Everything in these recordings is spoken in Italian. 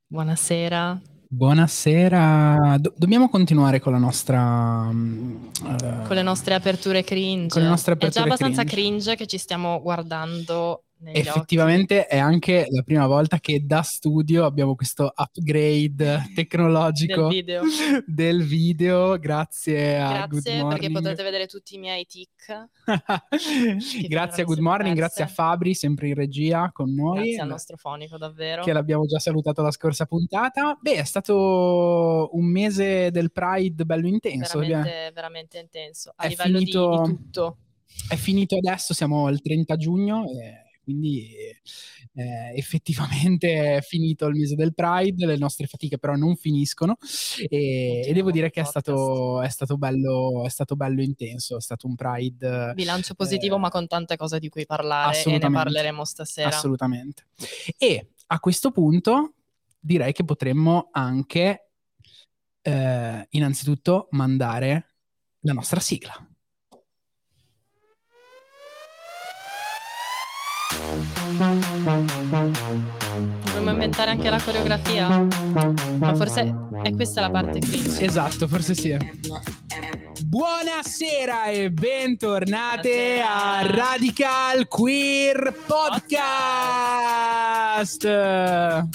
Buonasera. Buonasera. Dobbiamo continuare con la nostra Con le nostre aperture cringe. con le nostre È già aperture abbastanza cringe. cringe che ci stiamo guardando negli occhi Effettivamente è anche la prima volta che da studio abbiamo questo upgrade del tecnologico video. del video, grazie a Good Grazie perché Morning. potrete vedere tutti i miei tic. Grazie a Good Morning, grazie a Fabri, sempre in regia con noi. Grazie al nostro fonico, davvero. Che l'abbiamo già salutato la scorsa puntata. Beh, è stato un mese del Pride bello intenso. Veramente, veramente intenso. A È livello finito, di tutto. è finito adesso, siamo al 30 giugno, quindi effettivamente è finito il mese del Pride, le nostre fatiche però non finiscono e devo dire che è stato bello intenso, è stato un Pride. Bilancio positivo ma con tante cose di cui parlare e ne parleremo stasera. Assolutamente. E a questo punto direi che potremmo anche innanzitutto mandare la nostra sigla. Dovremmo inventare anche la coreografia? Ma forse è questa la parte cringe. Esatto, forse sì. Buonasera e bentornate a Radical Queer Podcast!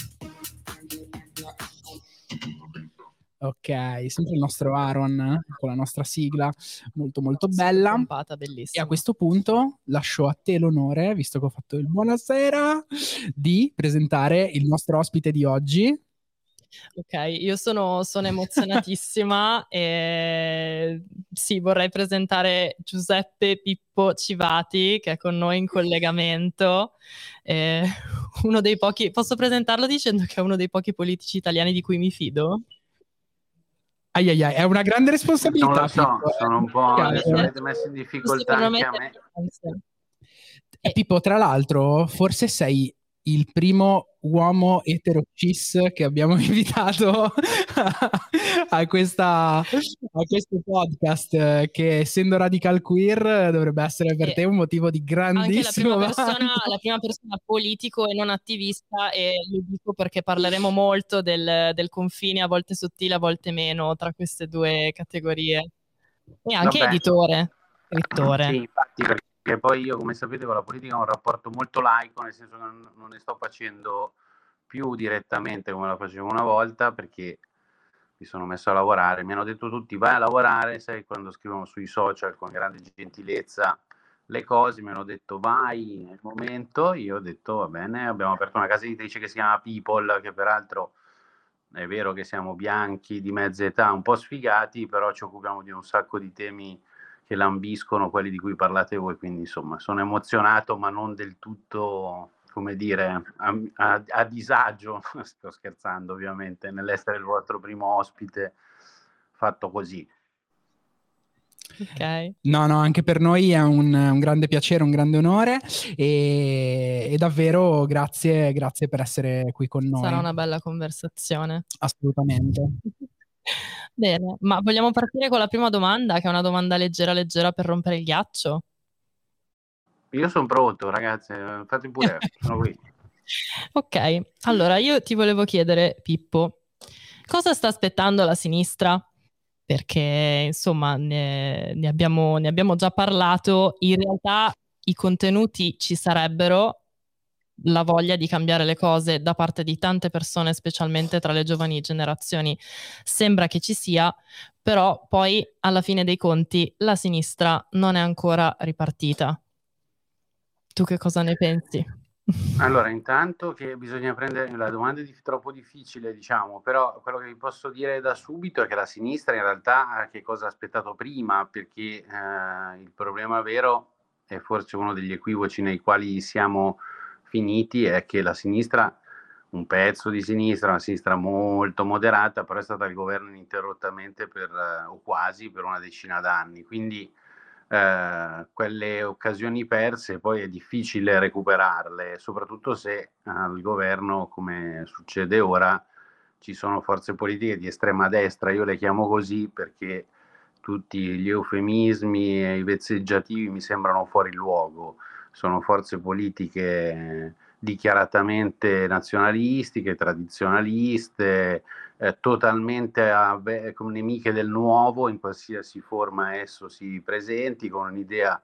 Ok, sempre il nostro Aaron con la nostra sigla molto molto bella. Pompata, bellissima. E a questo punto lascio a te l'onore, visto che ho fatto il buonasera, di presentare il nostro ospite di oggi. Ok, io sono emozionatissima e sì, vorrei presentare Giuseppe Pippo Civati, che è con noi in collegamento. Uno dei pochi, posso presentarlo dicendo che è uno dei pochi politici italiani di cui mi fido? Ai, è una grande responsabilità. Non lo so, Pippo, sono un po', mi avete messo in difficoltà anche a me. Pippo, tra l'altro, forse sei il primo uomo etero cis che abbiamo invitato a questo podcast, che essendo radical queer dovrebbe essere per te un motivo di grandissimo anche la prima persona politico e non attivista, e lo dico perché parleremo molto del confine, a volte sottile, a volte meno, tra queste due categorie. E anche editore, scrittore. Sì, infatti, perché poi io, come sapete, con la politica ho un rapporto molto laico, nel senso che non ne sto facendo più direttamente come la facevo una volta, perché mi sono messo a lavorare. Mi hanno detto tutti: vai a lavorare, sai, quando scrivono sui social con grande gentilezza le cose, mi hanno detto vai nel momento. Io ho detto va bene, abbiamo aperto una casa editrice che si chiama People, che peraltro è vero che siamo bianchi di mezza età, un po' sfigati, però ci occupiamo di un sacco di temi che lambiscono quelli di cui parlate voi, quindi insomma sono emozionato, ma non del tutto, come dire, a disagio, sto scherzando ovviamente, nell'essere il vostro primo ospite fatto così. Ok. No, anche per noi è un grande piacere, un grande onore e davvero grazie per essere qui con noi. Sarà una bella conversazione. Assolutamente. Bene, ma vogliamo partire con la prima domanda, che è una domanda leggera per rompere il ghiaccio? Io sono pronto, ragazzi, fate pure, sono qui. Ok, allora io ti volevo chiedere, Pippo, cosa sta aspettando la sinistra? Perché insomma ne abbiamo già parlato, in realtà i contenuti ci sarebbero, la voglia di cambiare le cose da parte di tante persone, specialmente tra le giovani generazioni, sembra che ci sia, però poi alla fine dei conti la sinistra non è ancora ripartita. Tu che cosa ne pensi? Allora, intanto che bisogna prendere, la domanda è troppo difficile, diciamo, però quello che vi posso dire da subito è che la sinistra in realtà che cosa ha aspettato prima, perché il problema vero, e forse uno degli equivoci nei quali siamo finiti, è che la sinistra, un pezzo di sinistra, una sinistra molto moderata, però è stata al governo ininterrottamente o quasi per una decina d'anni, quindi quelle occasioni perse poi è difficile recuperarle, soprattutto se al governo, come succede ora, ci sono forze politiche di estrema destra. Io le chiamo così perché tutti gli eufemismi e i vezzeggiativi mi sembrano fuori luogo. sono forze politiche dichiaratamente nazionalistiche, tradizionaliste, totalmente come nemiche del nuovo in qualsiasi forma esso si presenti, con un'idea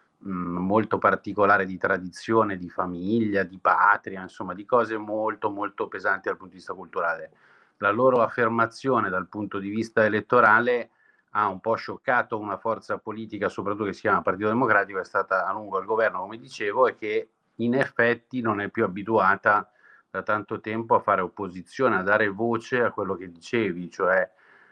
molto particolare di tradizione, di famiglia, di patria, insomma di cose molto molto pesanti dal punto di vista culturale. La loro affermazione dal punto di vista elettorale ha un po' scioccato una forza politica, soprattutto che si chiama Partito Democratico, è stata a lungo al governo, come dicevo, e che in effetti non è più abituata da tanto tempo a fare opposizione, a dare voce a quello che dicevi, cioè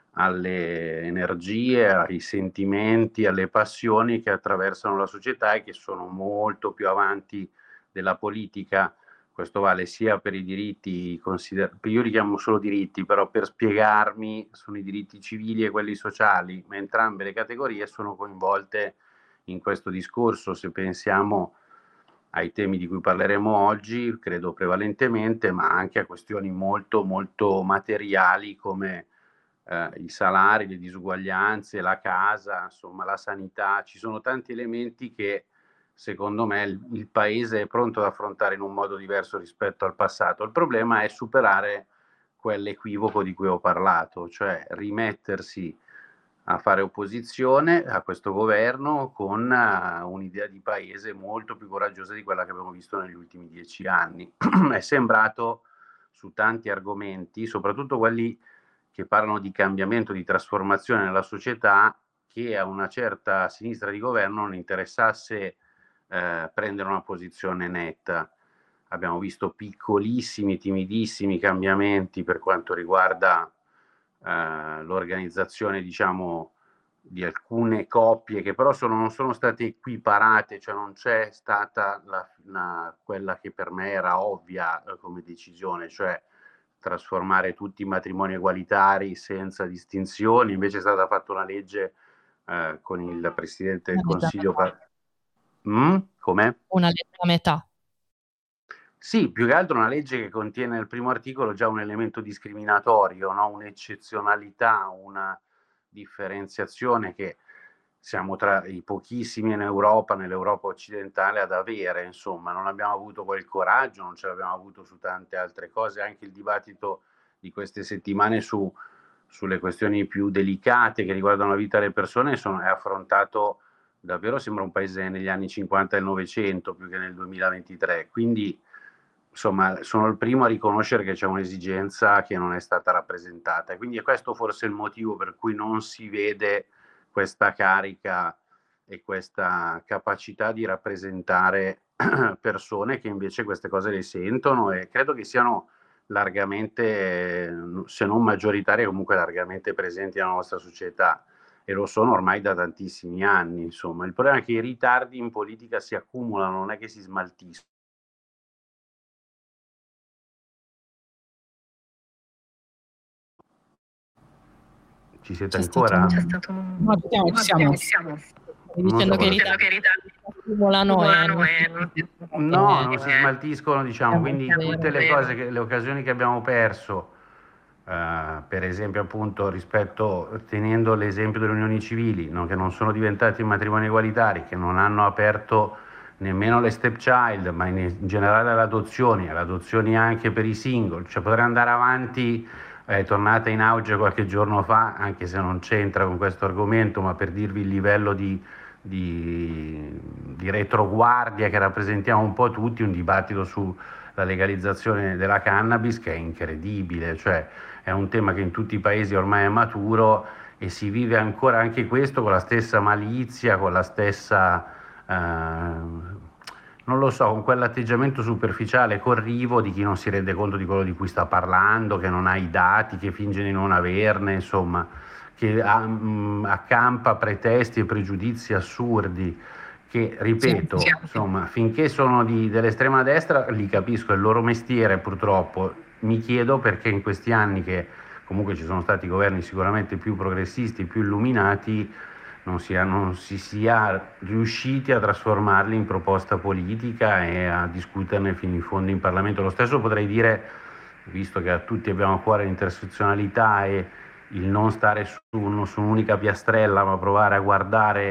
alle energie, ai sentimenti, alle passioni che attraversano la società e che sono molto più avanti della politica. Questo vale sia per i diritti, io li chiamo solo diritti, però per spiegarmi sono i diritti civili e quelli sociali, ma entrambe le categorie sono coinvolte in questo discorso. Se pensiamo ai temi di cui parleremo oggi, credo prevalentemente, ma anche a questioni molto molto materiali come i salari, le disuguaglianze, la casa, insomma la sanità. Ci sono tanti elementi che secondo me il paese è pronto ad affrontare in un modo diverso rispetto al passato. Il problema è superare quell'equivoco di cui ho parlato, cioè rimettersi a fare opposizione a questo governo con un'idea di paese molto più coraggiosa di quella che abbiamo visto negli ultimi 10 anni. È sembrato su tanti argomenti, soprattutto quelli che parlano di cambiamento, di trasformazione nella società, che a una certa sinistra di governo non interessasse prendere una posizione netta. Abbiamo visto piccolissimi, timidissimi cambiamenti per quanto riguarda l'organizzazione, diciamo, di alcune coppie che però non sono state equiparate, cioè non c'è stata quella che per me era ovvia come decisione, cioè trasformare tutti in matrimoni egualitari senza distinzioni. Invece è stata fatta una legge con il Presidente del Consiglio. Come? Una legge a metà. Sì, più che altro una legge che contiene nel primo articolo già un elemento discriminatorio, no? Un'eccezionalità, una differenziazione che siamo tra i pochissimi in Europa, nell'Europa occidentale, ad avere. Insomma, non abbiamo avuto quel coraggio, non ce l'abbiamo avuto su tante altre cose. Anche il dibattito di queste settimane sulle questioni più delicate che riguardano la vita delle persone è affrontato davvero, sembra un paese negli anni 50 del Novecento più che nel 2023. Quindi insomma, sono il primo a riconoscere che c'è un'esigenza che non è stata rappresentata, e quindi è questo forse il motivo per cui non si vede questa carica e questa capacità di rappresentare persone che invece queste cose le sentono, e credo che siano largamente, se non maggioritarie, comunque largamente presenti nella nostra società, e lo sono ormai da tantissimi anni. Insomma, il problema è che i ritardi in politica si accumulano, non è che si smaltiscono. Ci siete ancora? C'è stato no, ci siamo. Dicendo che i ritardi si accumulano no, non si smaltiscono, diciamo, quindi tutte le cose, le occasioni che abbiamo perso, per esempio appunto tenendo l'esempio delle unioni civili, no, che non sono diventati matrimoni egualitari, che non hanno aperto nemmeno le stepchild, ma in generale le adozioni anche per i single, cioè potrei andare avanti. È tornata in auge qualche giorno fa, anche se non c'entra con questo argomento, ma per dirvi il livello di retroguardia che rappresentiamo un po' tutti, un dibattito sulla legalizzazione della cannabis che è incredibile, cioè è un tema che in tutti i paesi ormai è maturo e si vive ancora anche questo con la stessa malizia, con la stessa non lo so, con quell'atteggiamento superficiale, corrivo di chi non si rende conto di quello di cui sta parlando, che non ha i dati, che finge di non averne, insomma, che accampa pretesti e pregiudizi assurdi, che, ripeto, insomma, finché sono dell'estrema destra li capisco, è il loro mestiere purtroppo. Mi chiedo perché in questi anni che comunque ci sono stati governi sicuramente più progressisti, più illuminati, non si sia riusciti a trasformarli in proposta politica e a discuterne fino in fondo in Parlamento. Lo stesso potrei dire, visto che a tutti abbiamo a cuore l'intersezionalità e il non stare su un'unica piastrella, ma provare a guardare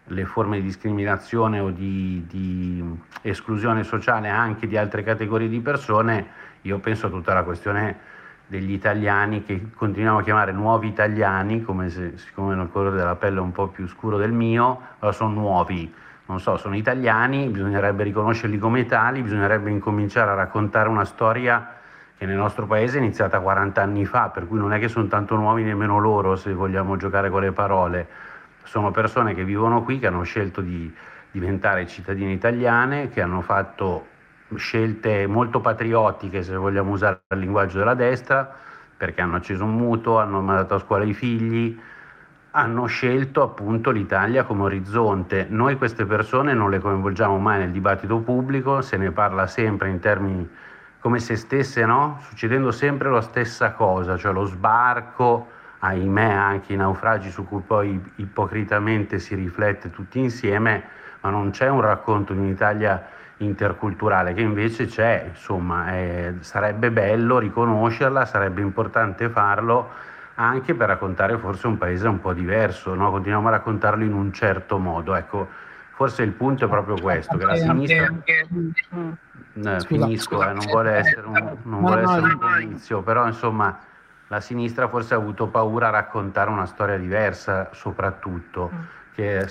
le forme di discriminazione o di esclusione sociale anche di altre categorie di persone, io penso a tutta la questione degli italiani che continuiamo a chiamare nuovi italiani, come se, siccome il colore della pelle è un po' più scuro del mio, allora sono nuovi, non so, sono italiani, bisognerebbe riconoscerli come tali, bisognerebbe incominciare a raccontare una storia che nel nostro paese è iniziata 40 anni fa, per cui non è che sono tanto nuovi nemmeno loro, se vogliamo giocare con le parole. Sono persone che vivono qui, che hanno scelto di diventare cittadine italiane, che hanno fatto scelte molto patriottiche, se vogliamo usare il linguaggio della destra, perché hanno acceso un mutuo, hanno mandato a scuola i figli, hanno scelto appunto l'Italia come orizzonte. Noi queste persone non le coinvolgiamo mai nel dibattito pubblico, se ne parla sempre in termini come se stesse, no? Succedendo sempre la stessa cosa, cioè lo sbarco, ahimè anche i naufragi su cui poi ipocritamente si riflette tutti insieme, ma non c'è un racconto di un'Italia interculturale, che invece c'è, insomma, sarebbe bello riconoscerla, sarebbe importante farlo anche per raccontare forse un paese un po' diverso, no? Continuiamo a raccontarlo in un certo modo, ecco, forse il punto è proprio questo, che la sinistra... finisco, non vuole essere un comizio, però insomma la sinistra forse ha avuto paura a raccontare una storia diversa, soprattutto, che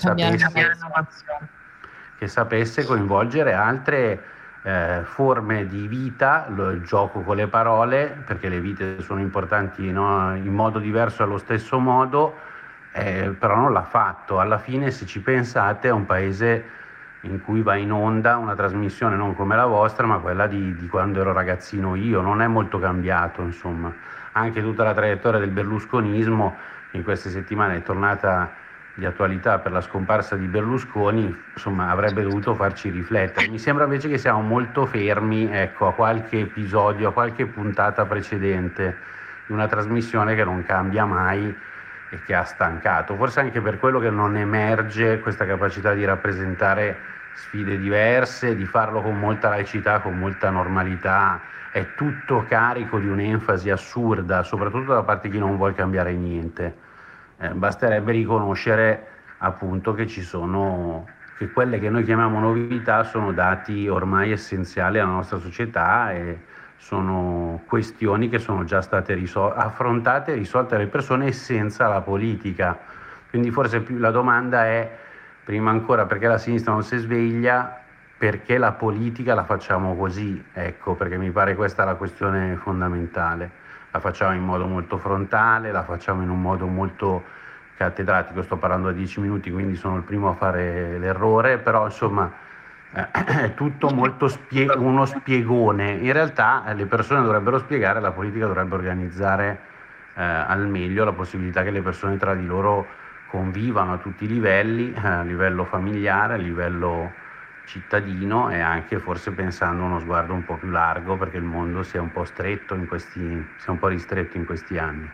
sapesse coinvolgere altre forme di vita, il gioco con le parole, perché le vite sono importanti, no? In modo diverso allo stesso modo, però non l'ha fatto. Alla fine, se ci pensate, è un paese in cui va in onda una trasmissione non come la vostra, ma quella di quando ero ragazzino io, non è molto cambiato, insomma. Anche tutta la traiettoria del berlusconismo, che in queste settimane è tornata di attualità per la scomparsa di Berlusconi, insomma, avrebbe dovuto farci riflettere. Mi sembra invece che siamo molto fermi, ecco, a qualche episodio, a qualche puntata precedente di una trasmissione che non cambia mai e che ha stancato. Forse anche per quello che non emerge questa capacità di rappresentare sfide diverse, di farlo con molta laicità, con molta normalità. È tutto carico di un'enfasi assurda, soprattutto da parte di chi non vuole cambiare niente. Basterebbe riconoscere appunto che ci sono, che quelle che noi chiamiamo novità sono dati ormai essenziali alla nostra società e sono questioni che sono già state affrontate e risolte dalle persone senza la politica. Quindi forse più la domanda è, prima ancora, perché la sinistra non si sveglia, perché la politica la facciamo così, ecco, perché mi pare questa la questione fondamentale. La facciamo in modo molto frontale, la facciamo in un modo molto cattedratico, sto parlando a 10 minuti, quindi sono il primo a fare l'errore, però insomma è tutto molto uno spiegone. In realtà le persone dovrebbero spiegare, la politica dovrebbe organizzare al meglio la possibilità che le persone tra di loro convivano a tutti i livelli, a livello familiare, a livello cittadino e anche forse pensando a uno sguardo un po' più largo, perché il mondo si è un po' stretto si è un po' ristretto in questi anni.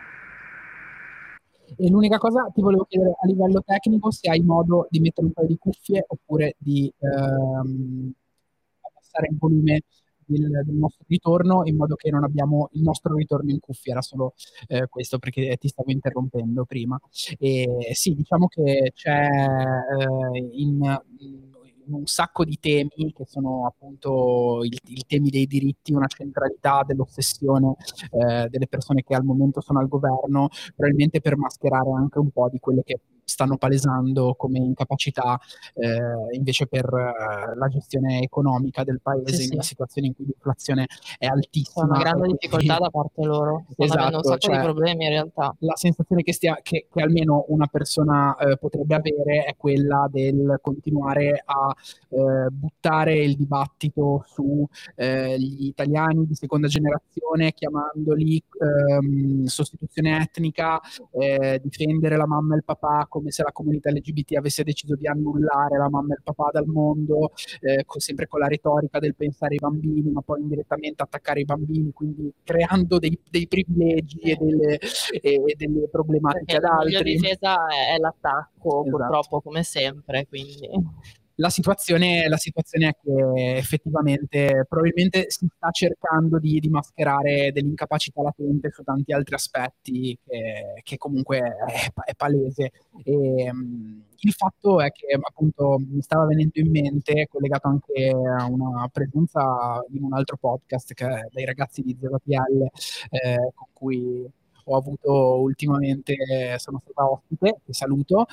E l'unica cosa ti volevo chiedere a livello tecnico se hai modo di mettere un paio di cuffie oppure di abbassare il volume del nostro ritorno in modo che non abbiamo il nostro ritorno in cuffia, era solo questo perché ti stavo interrompendo prima. E sì, diciamo che c'è in un sacco di temi che sono appunto i temi dei diritti, una centralità dell'ossessione delle persone che al momento sono al governo, probabilmente per mascherare anche un po' di quelle che stanno palesando come incapacità invece per la gestione economica del paese in una situazione in cui l'inflazione è altissima. C'è una grande difficoltà da parte loro, stanno avendo un sacco di problemi in realtà. La sensazione che almeno una persona potrebbe avere è quella del continuare a buttare il dibattito su gli italiani di seconda generazione, chiamandoli sostituzione etnica, difendere la mamma e il papà come se la comunità LGBT avesse deciso di annullare la mamma e il papà dal mondo, sempre con la retorica del pensare ai bambini, ma poi indirettamente attaccare i bambini, quindi creando dei privilegi e delle problematiche ad altri. La difesa è l'attacco, esatto. Purtroppo, come sempre, quindi... La situazione è che effettivamente probabilmente si sta cercando di mascherare dell'incapacità latente su tanti altri aspetti che comunque è palese. Il fatto è che appunto mi stava venendo in mente, collegato anche a una presenza in un altro podcast che è dei ragazzi di ZTL, con cui ho avuto ultimamente, sono stata ospite, ti saluto.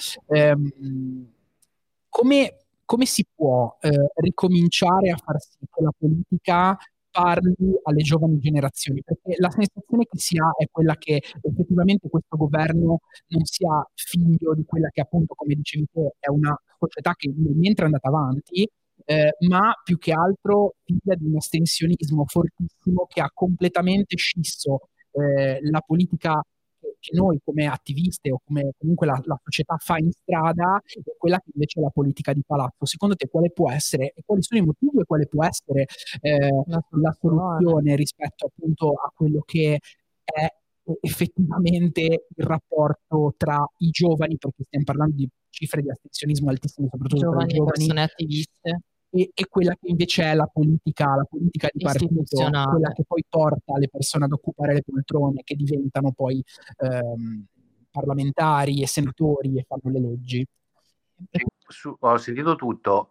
Come si può ricominciare a far sì che la politica parli alle giovani generazioni? Perché la sensazione che si ha è quella che effettivamente questo governo non sia figlio di quella che appunto, come dicevi te, è una società che mentre è andata avanti, ma più che altro figlia di un astensionismo fortissimo che ha completamente scisso la politica che noi come attiviste o come comunque la società fa in strada e quella che invece è la politica di palazzo. Secondo te quale può essere, e quali sono i motivi e quale può essere la soluzione rispetto appunto a quello che è effettivamente il rapporto tra i giovani, perché stiamo parlando di cifre di astensionismo altissime, soprattutto tra i Giovani e giovani, persone attiviste e quella che invece è la politica di partito, istituzionali. quella che poi porta le persone ad occupare le poltrone, che diventano poi parlamentari e senatori e fanno le leggi. Ho sentito tutto,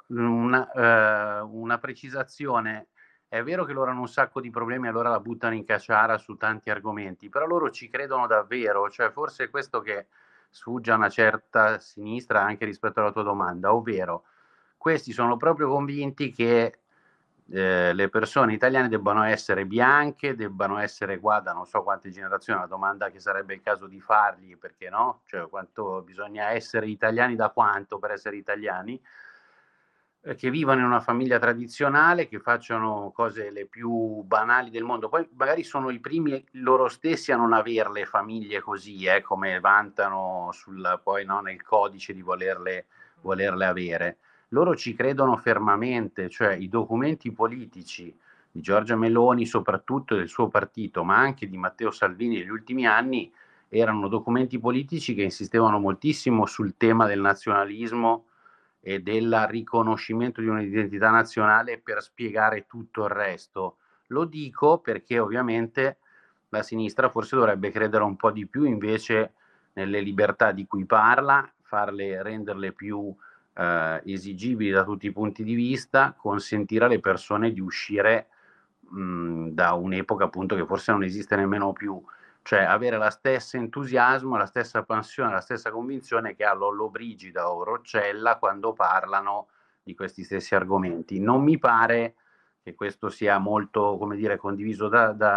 una precisazione. È vero che loro hanno un sacco di problemi, allora la buttano in caciara su tanti argomenti, però loro ci credono davvero, cioè forse è questo che sfugge a una certa sinistra anche rispetto alla tua domanda, ovvero questi sono proprio convinti che le persone italiane debbano essere bianche, debbano essere qua da non so quante generazioni, una domanda che sarebbe il caso di fargli, perché no? Cioè quanto bisogna essere italiani, da quanto per essere italiani, che vivano in una famiglia tradizionale, che facciano cose le più banali del mondo. Poi magari sono i primi loro stessi a non averle famiglie così, come vantano poi no, nel codice di volerle avere. Loro ci credono fermamente, cioè i documenti politici di Giorgia Meloni, soprattutto del suo partito, ma anche di Matteo Salvini negli ultimi anni, erano documenti politici che insistevano moltissimo sul tema del nazionalismo e del riconoscimento di un'identità nazionale per spiegare tutto il resto. Lo dico perché ovviamente la sinistra forse dovrebbe credere un po' di più invece nelle libertà di cui parla, renderle più esigibili da tutti i punti di vista, consentire alle persone di uscire da un'epoca appunto che forse non esiste nemmeno più, cioè avere la stessa entusiasmo, la stessa passione, la stessa convinzione che ha Lollobrigida o Roccella quando parlano di questi stessi argomenti. Non mi pare che questo sia molto, come dire, condiviso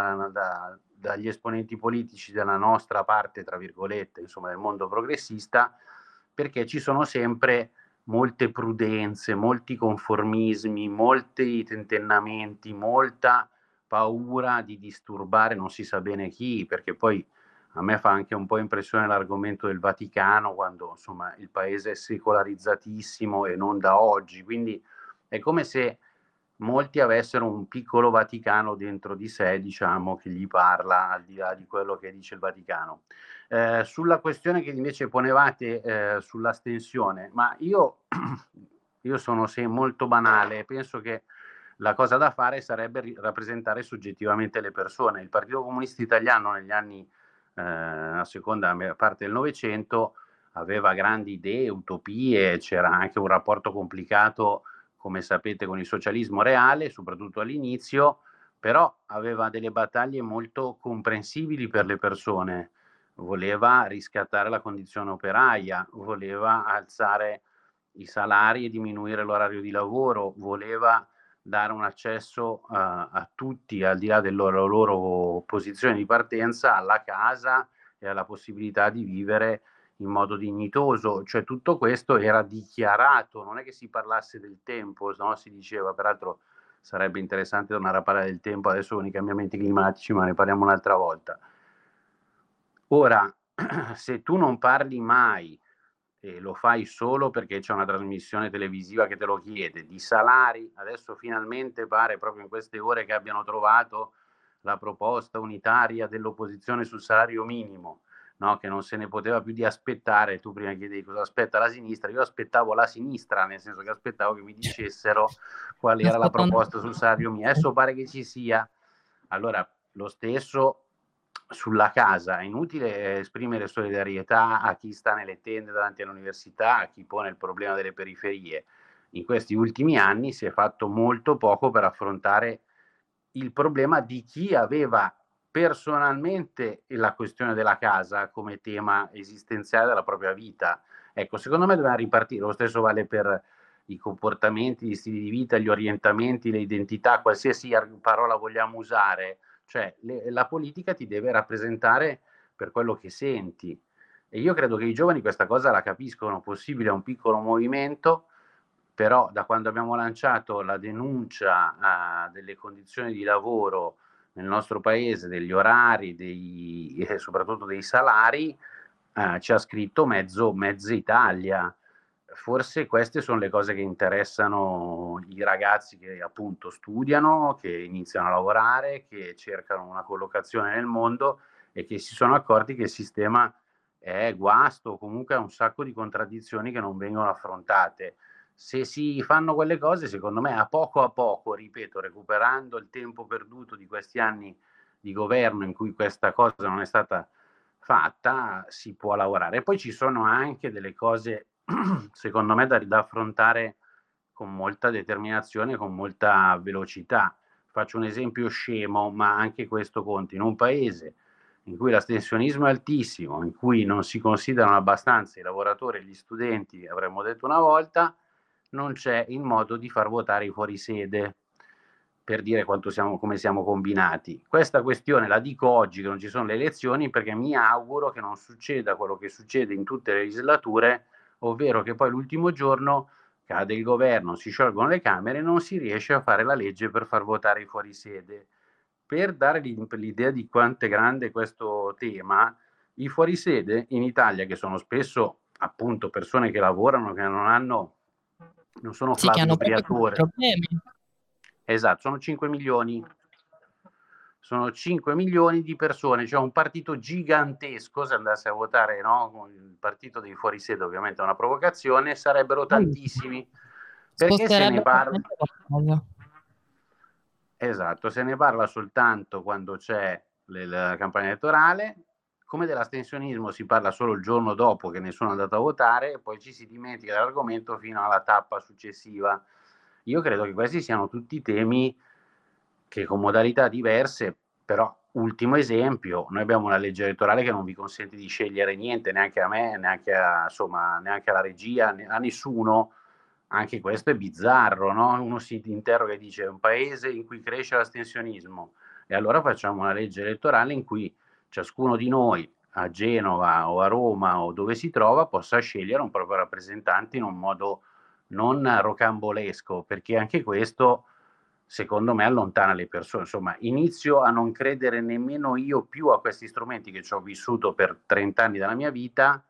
dagli esponenti politici della nostra parte, tra virgolette, insomma, del mondo progressista, perché ci sono sempre molte prudenze, molti conformismi, molti tentennamenti, molta paura di disturbare non si sa bene chi, perché poi a me fa anche un po' impressione l'argomento del Vaticano, quando insomma il paese è secolarizzatissimo e non da oggi, quindi è come se molti avessero un piccolo Vaticano dentro di sé, diciamo, che gli parla al di là di quello che dice il Vaticano. Sulla questione che invece ponevate sull'astensione, ma io sono molto banale, penso che la cosa da fare sarebbe rappresentare soggettivamente le persone. Il Partito Comunista Italiano negli anni, la seconda parte del Novecento, aveva grandi idee, utopie, c'era anche un rapporto complicato, come sapete, con il socialismo reale, soprattutto all'inizio, però aveva delle battaglie molto comprensibili per le persone. Voleva riscattare la condizione operaia, voleva alzare i salari e diminuire l'orario di lavoro, voleva dare un accesso a tutti, al di là della loro posizione di partenza, alla casa e alla possibilità di vivere in modo dignitoso. Cioè tutto questo era dichiarato, non è che si parlasse del tempo, no? Si diceva, peraltro sarebbe interessante tornare a parlare del tempo adesso con i cambiamenti climatici, ma ne parliamo un'altra volta. Ora, se tu non parli mai e lo fai solo perché c'è una trasmissione televisiva che te lo chiede, di salari, adesso finalmente pare proprio in queste ore che abbiano trovato la proposta unitaria dell'opposizione sul salario minimo, no? Che non se ne poteva più di aspettare. Tu prima chiedevi cosa aspetta la sinistra, io aspettavo la sinistra, nel senso che aspettavo che mi dicessero qual era la proposta sul salario minimo. Adesso pare che ci sia. Allora, lo stesso sulla casa, è inutile esprimere solidarietà a chi sta nelle tende davanti all'università, a chi pone il problema delle periferie. In questi ultimi anni si è fatto molto poco per affrontare il problema di chi aveva personalmente la questione della casa come tema esistenziale della propria vita. Ecco, secondo me dobbiamo ripartire, lo stesso vale per i comportamenti, gli stili di vita, gli orientamenti, le identità, qualsiasi parola vogliamo usare, cioè la politica ti deve rappresentare per quello che senti. E io credo che i giovani questa cosa la capiscono, possibile un piccolo movimento, però da quando abbiamo lanciato la denuncia delle condizioni di lavoro nel nostro paese, degli orari e soprattutto dei salari, ci ha scritto mezza Italia. Forse queste sono le cose che interessano i ragazzi che appunto studiano, che iniziano a lavorare, che cercano una collocazione nel mondo e che si sono accorti che il sistema è guasto, comunque ha un sacco di contraddizioni che non vengono affrontate. Se si fanno quelle cose, secondo me, a poco, ripeto, recuperando il tempo perduto di questi anni di governo in cui questa cosa non è stata fatta, si può lavorare. E poi ci sono anche delle cose, secondo me, da affrontare con molta determinazione, con molta velocità. Faccio un esempio scemo, ma anche questo conta. In un paese in cui l'astensionismo è altissimo, in cui non si considerano abbastanza i lavoratori e gli studenti, avremmo detto una volta, non c'è il modo di far votare i fuorisede, per dire come siamo combinati. Questa questione la dico oggi che non ci sono le elezioni, perché mi auguro che non succeda quello che succede in tutte le legislature, ovvero che poi l'ultimo giorno cade il governo, si sciolgono le Camere e non si riesce a fare la legge per far votare i fuorisede. Per dare l'idea di quanto è grande questo tema, i fuorisede in Italia, che sono spesso appunto persone che lavorano, che non sono Sì, che Flavio hanno proprio questi Briatore. problemi. Esatto, sono 5 milioni. Sono 5 milioni di persone, cioè un partito gigantesco, se andasse a votare, no? Il partito dei fuorisede, ovviamente è una provocazione, sarebbero tantissimi. Perché se ne parla? Esatto, se ne parla soltanto quando c'è la campagna elettorale, come dell'astensionismo si parla solo il giorno dopo che nessuno è andato a votare, e poi ci si dimentica dell'argomento fino alla tappa successiva. Io credo che questi siano tutti temi che con modalità diverse, però ultimo esempio, noi abbiamo una legge elettorale che non vi consente di scegliere niente, neanche a me, neanche alla regia, a nessuno. Anche questo è bizzarro, no? Uno si interroga e dice: è un paese in cui cresce l'astensionismo, e allora facciamo una legge elettorale in cui ciascuno di noi a Genova o a Roma o dove si trova possa scegliere un proprio rappresentante in un modo non rocambolesco, perché anche questo secondo me allontana le persone. Insomma, inizio a non credere nemmeno io più a questi strumenti che ci ho vissuto per 30 anni della mia vita.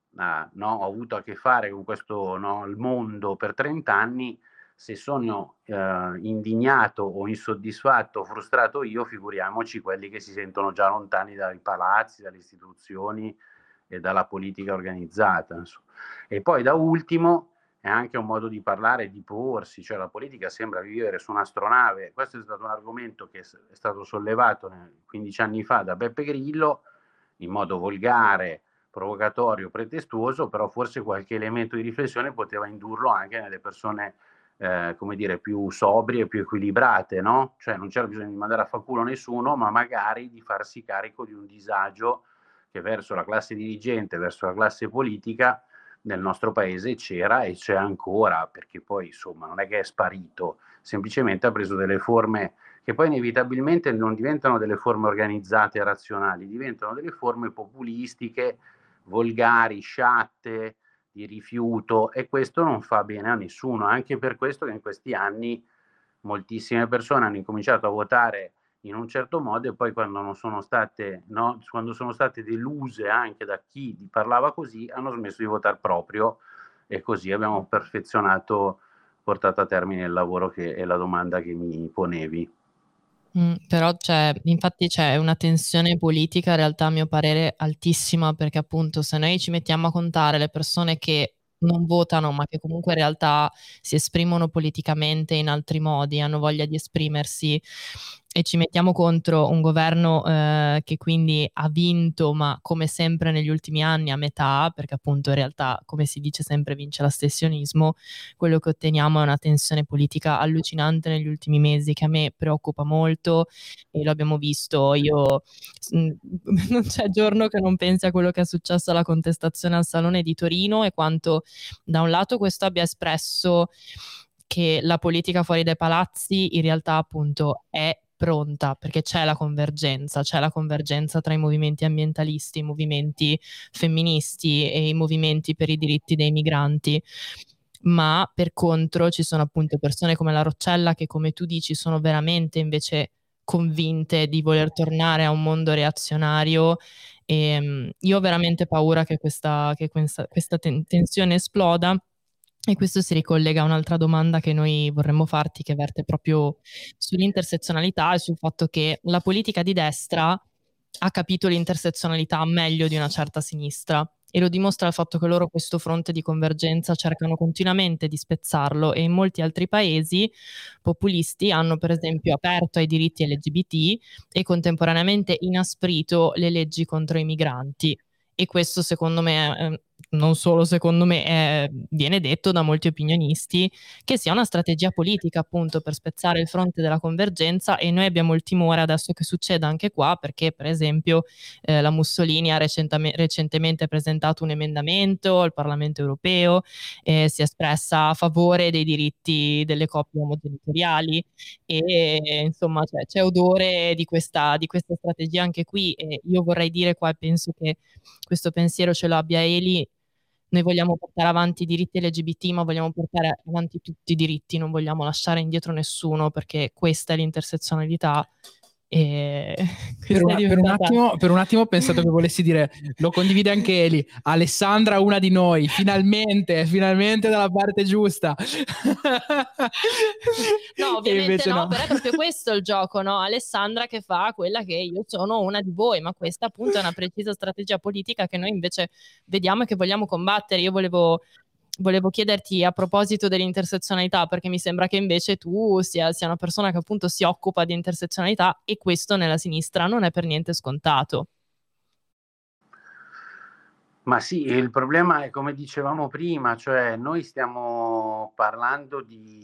No, ho avuto a che fare con questo, no, il mondo per 30 anni. Se sono indignato o insoddisfatto o frustrato io, figuriamoci quelli che si sentono già lontani dai palazzi, dalle istituzioni e dalla politica organizzata. Insomma. E poi da ultimo è anche un modo di parlare, di porsi, cioè la politica sembra vivere su un'astronave. Questo è stato un argomento che è stato sollevato 15 anni fa da Beppe Grillo in modo volgare, provocatorio, pretestuoso, però forse qualche elemento di riflessione poteva indurlo anche nelle persone come dire, più sobrie, più equilibrate, no? Cioè non c'era bisogno di mandare a fa culo nessuno, ma magari di farsi carico di un disagio che verso la classe dirigente, verso la classe politica nel nostro paese c'era e c'è ancora, perché poi insomma non è che è sparito, semplicemente ha preso delle forme che poi inevitabilmente non diventano delle forme organizzate e razionali, diventano delle forme populistiche, volgari, sciatte, di rifiuto, e questo non fa bene a nessuno, anche per questo che in questi anni moltissime persone hanno incominciato a votare in un certo modo e poi quando non sono state, no, quando sono state deluse anche da chi parlava così, hanno smesso di votare proprio, e così abbiamo perfezionato, portato a termine il lavoro che è la domanda che mi ponevi. Però infatti c'è una tensione politica in realtà a mio parere altissima, perché appunto se noi ci mettiamo a contare le persone che non votano ma che comunque in realtà si esprimono politicamente in altri modi, hanno voglia di esprimersi, e ci mettiamo contro un governo che quindi ha vinto, ma come sempre negli ultimi anni a metà, perché appunto in realtà come si dice sempre vince l'astensionismo, quello che otteniamo è una tensione politica allucinante negli ultimi mesi che a me preoccupa molto, e lo abbiamo visto. Non c'è giorno che non pensi a quello che è successo alla contestazione al Salone di Torino, e quanto da un lato questo abbia espresso che la politica fuori dai palazzi in realtà appunto è pronta, perché c'è la convergenza tra i movimenti ambientalisti, i movimenti femministi e i movimenti per i diritti dei migranti. Ma per contro ci sono appunto persone come la Roccella che, come tu dici, sono veramente invece convinte di voler tornare a un mondo reazionario, e io ho veramente paura che questa tensione esploda. E questo si ricollega a un'altra domanda che noi vorremmo farti, che verte proprio sull'intersezionalità e sul fatto che la politica di destra ha capito l'intersezionalità meglio di una certa sinistra, e lo dimostra il fatto che loro questo fronte di convergenza cercano continuamente di spezzarlo, e in molti altri paesi populisti hanno per esempio aperto ai diritti LGBT e contemporaneamente inasprito le leggi contro i migranti. E questo secondo me, non solo secondo me, viene detto da molti opinionisti che sia una strategia politica appunto per spezzare il fronte della convergenza, e noi abbiamo il timore adesso che succeda anche qua, perché per esempio la Mussolini ha recentemente presentato un emendamento al Parlamento europeo, si è espressa a favore dei diritti delle coppie omogenitoriali, e insomma c'è odore di questa strategia anche qui, e io vorrei dire qua, e penso che questo pensiero ce lo abbia Eli: noi vogliamo portare avanti i diritti LGBT, ma vogliamo portare avanti tutti i diritti, non vogliamo lasciare indietro nessuno, perché questa è l'intersezionalità. E questa è diventata... Per un attimo ho pensato che volessi dire lo condivide anche Eli, Alessandra una di noi, finalmente dalla parte giusta. No, ovviamente no, però è proprio questo il gioco, no? Alessandra che fa quella che io sono una di voi, ma questa appunto è una precisa strategia politica che noi invece vediamo e che vogliamo combattere. Io volevo chiederti a proposito dell'intersezionalità, perché mi sembra che invece tu sia una persona che appunto si occupa di intersezionalità, e questo nella sinistra non è per niente scontato. Ma sì, il problema è come dicevamo prima, cioè noi stiamo parlando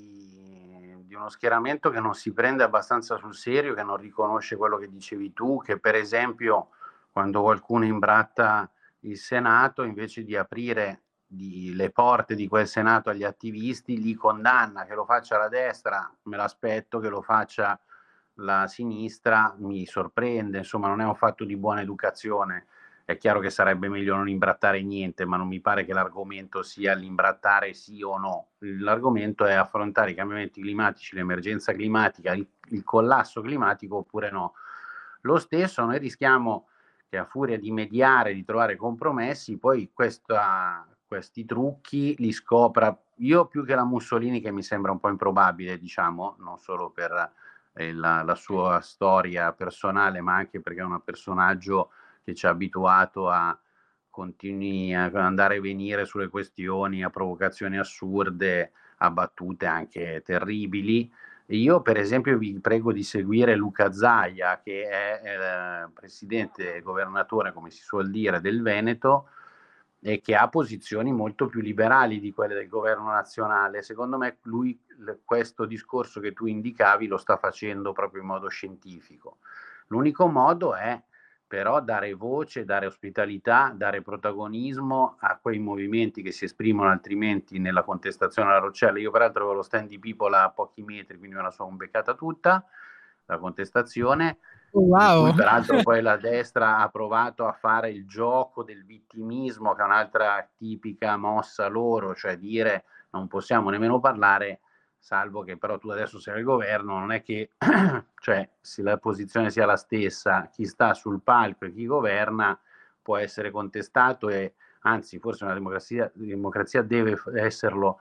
di uno schieramento che non si prende abbastanza sul serio, che non riconosce quello che dicevi tu, che per esempio quando qualcuno imbratta il Senato, invece di aprire le porte di quel Senato agli attivisti, li condanna. Che lo faccia la destra, me l'aspetto; che lo faccia la sinistra, mi sorprende. Insomma, non è un fatto di buona educazione. È chiaro che sarebbe meglio non imbrattare niente, ma non mi pare che l'argomento sia l'imbrattare sì o no. L'argomento è affrontare i cambiamenti climatici, l'emergenza climatica, il collasso climatico, oppure no. Lo stesso noi rischiamo che, a furia di mediare, di trovare compromessi, poi questi trucchi li scopra. Io, più che la Mussolini, che mi sembra un po' improbabile, diciamo, non solo per la sua storia personale, ma anche perché è un personaggio che ci ha abituato a continui a andare e venire sulle questioni, a provocazioni assurde, a battute anche terribili. Io per esempio vi prego di seguire Luca Zaia, che è presidente governatore, come si suol dire, del Veneto, e che ha posizioni molto più liberali di quelle del governo nazionale. Secondo me lui questo discorso che tu indicavi lo sta facendo proprio in modo scientifico. L'unico modo è però dare voce, dare ospitalità, dare protagonismo a quei movimenti che si esprimono altrimenti nella contestazione alla Roccella. Io peraltro avevo lo stand di People a pochi metri, quindi me la sono beccata tutta, la contestazione, wow. Di cui peraltro poi la destra ha provato a fare il gioco del vittimismo, che è un'altra tipica mossa loro, cioè dire non possiamo nemmeno parlare, salvo che però tu adesso sei al governo, non è che cioè, se la posizione sia la stessa, chi sta sul palco e chi governa può essere contestato, e anzi forse una democrazia deve esserlo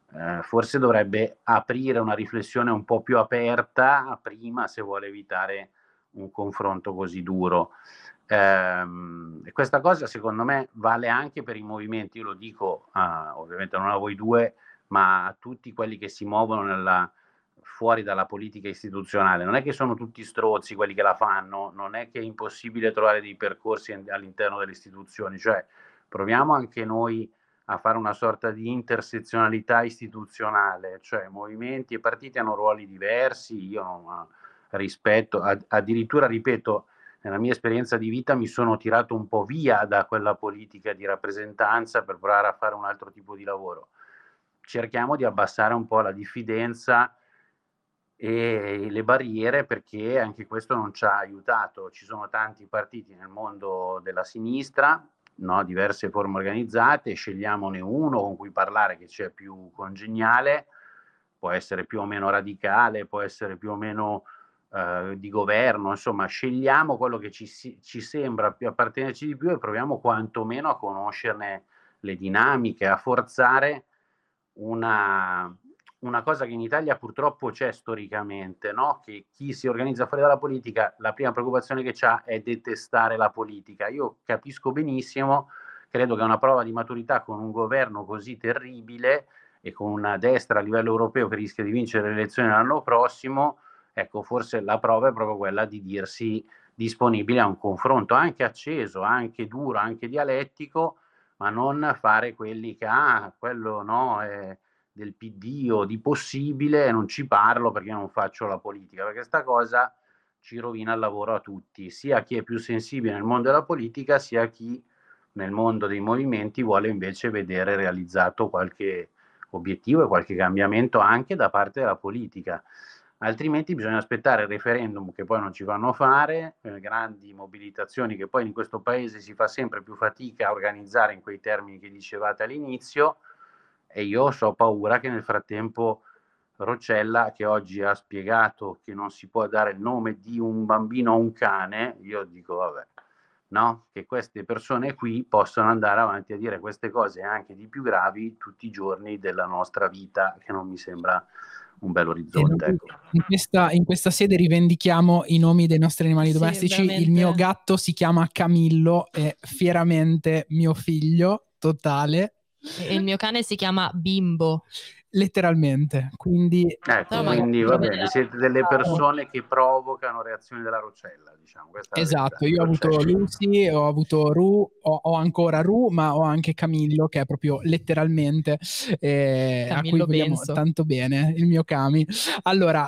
forse dovrebbe aprire una riflessione un po' più aperta prima, se vuole evitare un confronto così duro. E questa cosa secondo me vale anche per i movimenti, io lo dico ovviamente non a voi due, ma a tutti quelli che si muovono fuori dalla politica istituzionale. Non è che sono tutti strozzi quelli che la fanno, non è che è impossibile trovare dei percorsi all'interno delle istituzioni, cioè proviamo anche noi a fare una sorta di intersezionalità istituzionale, cioè movimenti e partiti hanno ruoli diversi, io non rispetto, addirittura ripeto, nella mia esperienza di vita mi sono tirato un po' via da quella politica di rappresentanza per provare a fare un altro tipo di lavoro. Cerchiamo di abbassare un po' la diffidenza e le barriere, perché anche questo non ci ha aiutato. Ci sono tanti partiti nel mondo della sinistra, no? Diverse forme organizzate, scegliamone uno con cui parlare che c'è più congeniale, può essere più o meno radicale, può essere più o meno di governo, insomma scegliamo quello che ci sembra più appartenerci di più e proviamo quantomeno a conoscerne le dinamiche, a forzare una cosa che in Italia purtroppo c'è storicamente, no? Che chi si organizza fuori dalla politica, la prima preoccupazione che ha è detestare la politica. Io capisco benissimo, credo che una prova di maturità con un governo così terribile e con una destra a livello europeo che rischia di vincere le elezioni l'anno prossimo, ecco, forse la prova è proprio quella di dirsi disponibile a un confronto anche acceso, anche duro, anche dialettico, ma non fare quelli che quello no è del PD o di Possibile, non ci parlo perché non faccio la politica, perché sta cosa ci rovina il lavoro a tutti, sia chi è più sensibile nel mondo della politica, sia chi nel mondo dei movimenti vuole invece vedere realizzato qualche obiettivo e qualche cambiamento anche da parte della politica. Altrimenti bisogna aspettare il referendum che poi non ci fanno fare, grandi mobilitazioni che poi in questo paese si fa sempre più fatica a organizzare in quei termini che dicevate all'inizio, e io ho paura che nel frattempo Roccella, che oggi ha spiegato che non si può dare il nome di un bambino a un cane, io dico vabbè, no? Che queste persone qui possano andare avanti a dire queste cose anche di più gravi tutti i giorni della nostra vita, che non mi sembra un bel orizzonte. Ecco. In questa sede rivendichiamo i nomi dei nostri animali domestici. veramente. Il mio gatto si chiama Camillo, è fieramente mio figlio totale. E il mio cane si chiama Bimbo. Letteralmente, quindi ecco, quindi va bene, siete delle persone che provocano reazioni della Roccella, diciamo. Questa esatto, io ho avuto Lucy, ho avuto Ru, ho ancora Ru, ma ho anche Camillo, che è proprio letteralmente a cui vogliamo tanto bene, il mio Cami. Allora,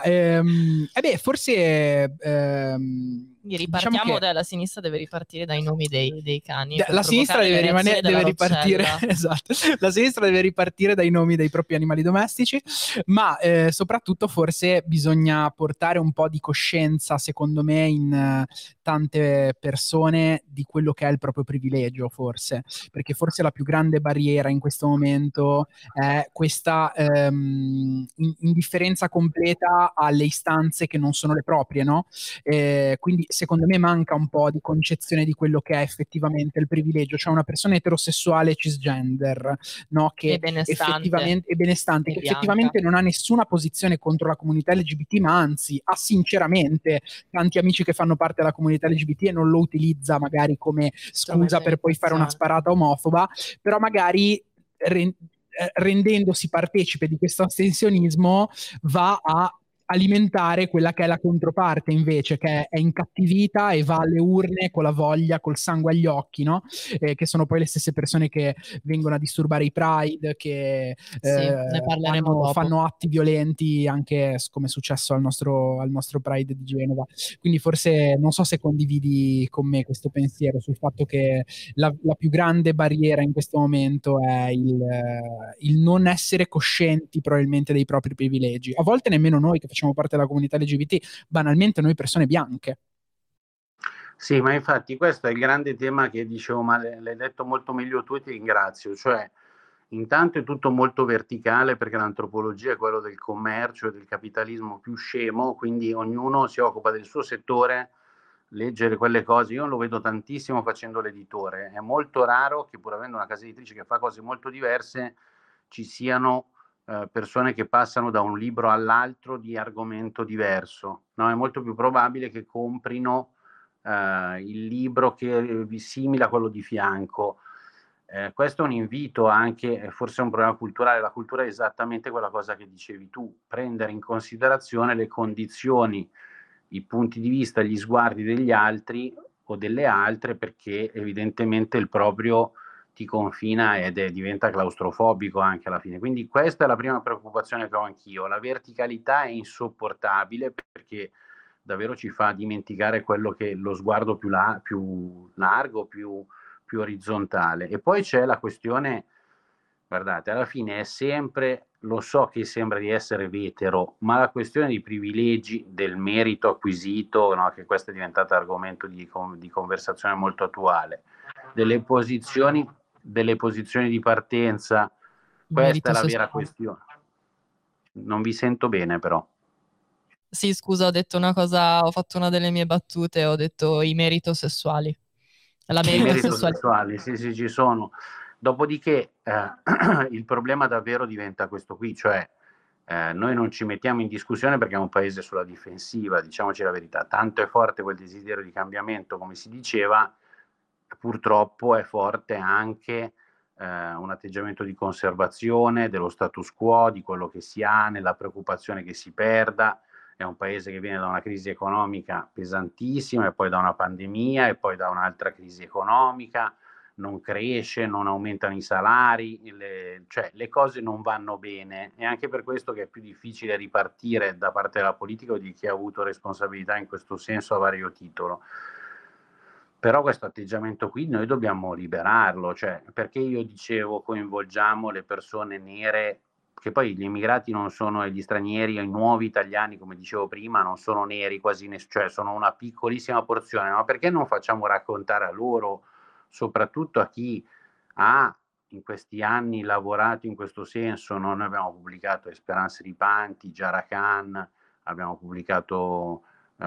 forse ripartiamo diciamo dalla sinistra, deve ripartire dai nomi dei cani. La sinistra deve ripartire, esatto. La sinistra deve ripartire dai nomi dei propri animali domestici, ma soprattutto forse bisogna portare un po' di coscienza, secondo me, in tante persone di quello che è il proprio privilegio, forse, perché forse la più grande barriera in questo momento è questa indifferenza completa alle istanze che non sono le proprie, no? Quindi secondo me manca un po' di concezione di quello che è effettivamente il privilegio, cioè una persona eterosessuale cisgender, no? Che effettivamente è benestante, che effettivamente non ha nessuna posizione contro la comunità LGBT, ma anzi ha sinceramente tanti amici che fanno parte della comunità LGBT e non lo utilizza magari come scusa per poi fare una sparata omofoba, però magari rendendosi partecipe di questo astensionismo va a alimentare quella che è la controparte invece, che è incattivita e va alle urne con la voglia, col sangue agli occhi, no? Che sono poi le stesse persone che vengono a disturbare i Pride, che fanno atti violenti, anche come è successo al nostro Pride di Genova. Quindi forse non so se condividi con me questo pensiero sul fatto che la più grande barriera in questo momento è il non essere coscienti probabilmente dei propri privilegi. A volte nemmeno noi che facciamo parte della comunità LGBT, banalmente noi persone bianche. Sì, ma infatti questo è il grande tema che dicevo, ma l'hai detto molto meglio tu e ti ringrazio, cioè intanto è tutto molto verticale perché l'antropologia è quello del commercio e del capitalismo più scemo, quindi ognuno si occupa del suo settore, leggere quelle cose, io lo vedo tantissimo facendo l'editore, è molto raro che pur avendo una casa editrice che fa cose molto diverse ci siano persone che passano da un libro all'altro di argomento diverso, no? È molto più probabile che comprino il libro che è simile a quello di fianco. Questo è un invito anche, forse è un problema culturale. La cultura è esattamente quella cosa che dicevi tu, prendere in considerazione le condizioni, i punti di vista, gli sguardi degli altri o delle altre, perché evidentemente il proprio ti confina ed diventa claustrofobico anche alla fine. Quindi questa è la prima preoccupazione che ho anch'io. La verticalità è insopportabile, perché davvero ci fa dimenticare quello che lo sguardo più largo, più orizzontale. E poi c'è la questione, guardate, alla fine è sempre, lo so che sembra di essere vetero, ma la questione dei privilegi, del merito acquisito, no? Che questo è diventato argomento di conversazione molto attuale, delle posizioni di partenza, questa è la vera questione. Non vi sento bene però. Sì, scusa, ho detto una cosa, ho fatto una delle mie battute, ho detto i meritosessuali. La meritosessuali, sì, ci sono. Dopodiché il problema davvero diventa questo qui, cioè noi non ci mettiamo in discussione perché è un paese sulla difensiva, diciamoci la verità, tanto è forte quel desiderio di cambiamento, come si diceva, purtroppo è forte anche un atteggiamento di conservazione dello status quo, di quello che si ha, nella preoccupazione che si perda. È un paese che viene da una crisi economica pesantissima, e poi da una pandemia, e poi da un'altra crisi economica, non cresce, non aumentano i salari, cioè le cose non vanno bene. È anche per questo che è più difficile ripartire da parte della politica o di chi ha avuto responsabilità in questo senso a vario titolo. Però questo atteggiamento qui noi dobbiamo liberarlo, cioè, perché io dicevo coinvolgiamo le persone nere, che poi gli immigrati non sono, e gli stranieri, i nuovi italiani, come dicevo prima, non sono neri quasi cioè sono una piccolissima porzione, ma perché non facciamo raccontare a loro, soprattutto a chi ha in questi anni lavorato in questo senso, no? Noi abbiamo pubblicato Esperanze Ripanti, Jara Khan, abbiamo pubblicato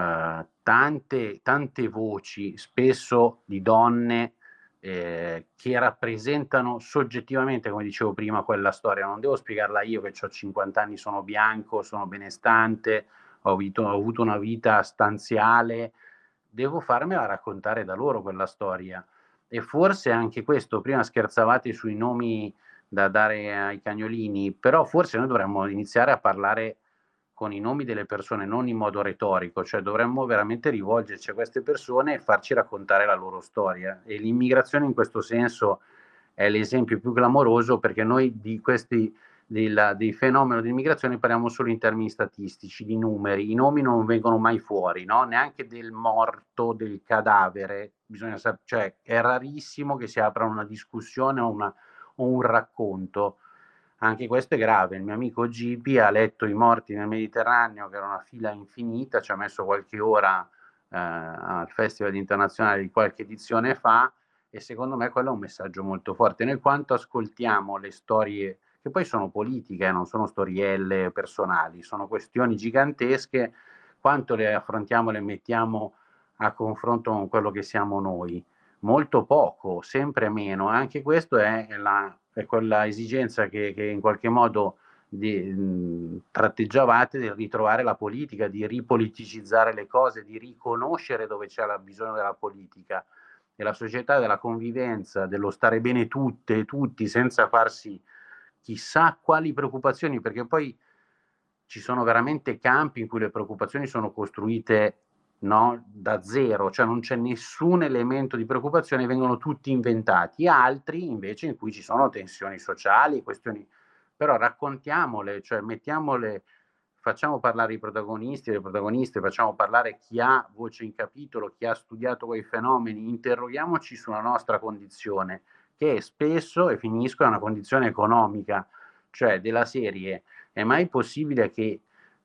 tante voci, spesso di donne che rappresentano soggettivamente, come dicevo prima, quella storia. Non devo spiegarla io che ho 50 anni, sono bianco, sono benestante, ho avuto una vita stanziale, devo farmela raccontare da loro quella storia. E forse anche questo, prima scherzavate sui nomi da dare ai cagnolini, però forse noi dovremmo iniziare a parlare con i nomi delle persone, non in modo retorico, cioè dovremmo veramente rivolgerci a queste persone e farci raccontare la loro storia. E l'immigrazione in questo senso è l'esempio più clamoroso, perché noi dei fenomeni dell'immigrazione parliamo solo in termini statistici, di numeri, i nomi non vengono mai fuori, no? Neanche del morto, del cadavere, cioè è rarissimo che si apra una discussione o un racconto. Anche questo è grave. Il mio amico Gibi ha letto I morti nel Mediterraneo, che era una fila infinita, ci ha messo qualche ora al Festival Internazionale di qualche edizione fa, e secondo me quello è un messaggio molto forte. Noi quanto ascoltiamo le storie, che poi sono politiche, non sono storielle personali, sono questioni gigantesche, quanto le affrontiamo, le mettiamo a confronto con quello che siamo noi? Molto poco, sempre meno. Anche questo è quella esigenza che in qualche modo tratteggiavate, del ritrovare la politica, di ripoliticizzare le cose, di riconoscere dove c'è bisogno della politica, della società, della convivenza, dello stare bene tutte e tutti, senza farsi chissà quali preoccupazioni, perché poi ci sono veramente campi in cui le preoccupazioni sono costruite, no, da zero, cioè non c'è nessun elemento di preoccupazione, vengono tutti inventati. Altri invece in cui ci sono tensioni sociali, questioni, però raccontiamole, cioè mettiamole, facciamo parlare i protagonisti e le protagoniste, facciamo parlare chi ha voce in capitolo, chi ha studiato quei fenomeni, interroghiamoci sulla nostra condizione, che spesso, e finisco, è una condizione economica, cioè della serie: è mai possibile che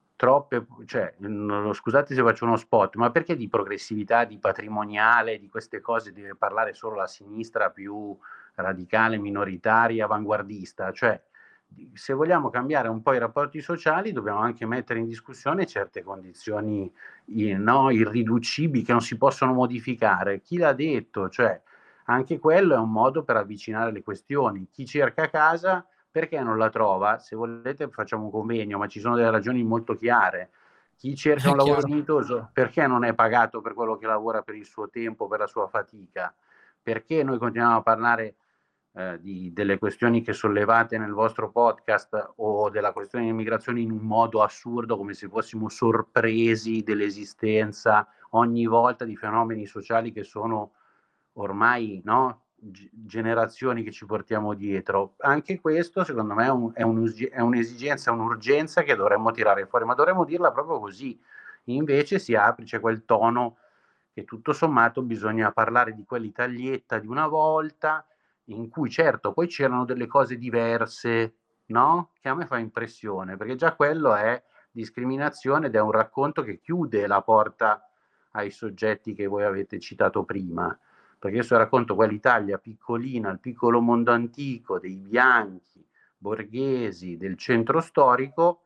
scusate se faccio uno spot, ma perché di progressività, di patrimoniale, di queste cose deve parlare solo la sinistra più radicale, minoritaria, avanguardista? Cioè, se vogliamo cambiare un po' i rapporti sociali, dobbiamo anche mettere in discussione certe condizioni irriducibili, che non si possono modificare. Chi l'ha detto? Cioè, anche quello è un modo per avvicinare le questioni. Chi cerca casa perché non la trova? Se volete facciamo un convegno, ma ci sono delle ragioni molto chiare. Chi cerca un lavoro dignitoso, perché non è pagato per quello che lavora, per il suo tempo, per la sua fatica? Perché noi continuiamo a parlare delle questioni che sollevate nel vostro podcast o della questione dell'immigrazione in un modo assurdo, come se fossimo sorpresi dell'esistenza ogni volta di fenomeni sociali che sono ormai, no, generazioni che ci portiamo dietro? Anche questo secondo me è un'esigenza, un'urgenza che dovremmo tirare fuori, ma dovremmo dirla proprio così. Invece si apre, c'è quel tono che tutto sommato bisogna parlare di quell'Italietta di una volta, in cui certo poi c'erano delle cose diverse, no? Che a me fa impressione, perché già quello è discriminazione ed è un racconto che chiude la porta ai soggetti che voi avete citato prima, perché io se racconto quell'Italia piccolina, il piccolo mondo antico, dei bianchi, borghesi, del centro storico,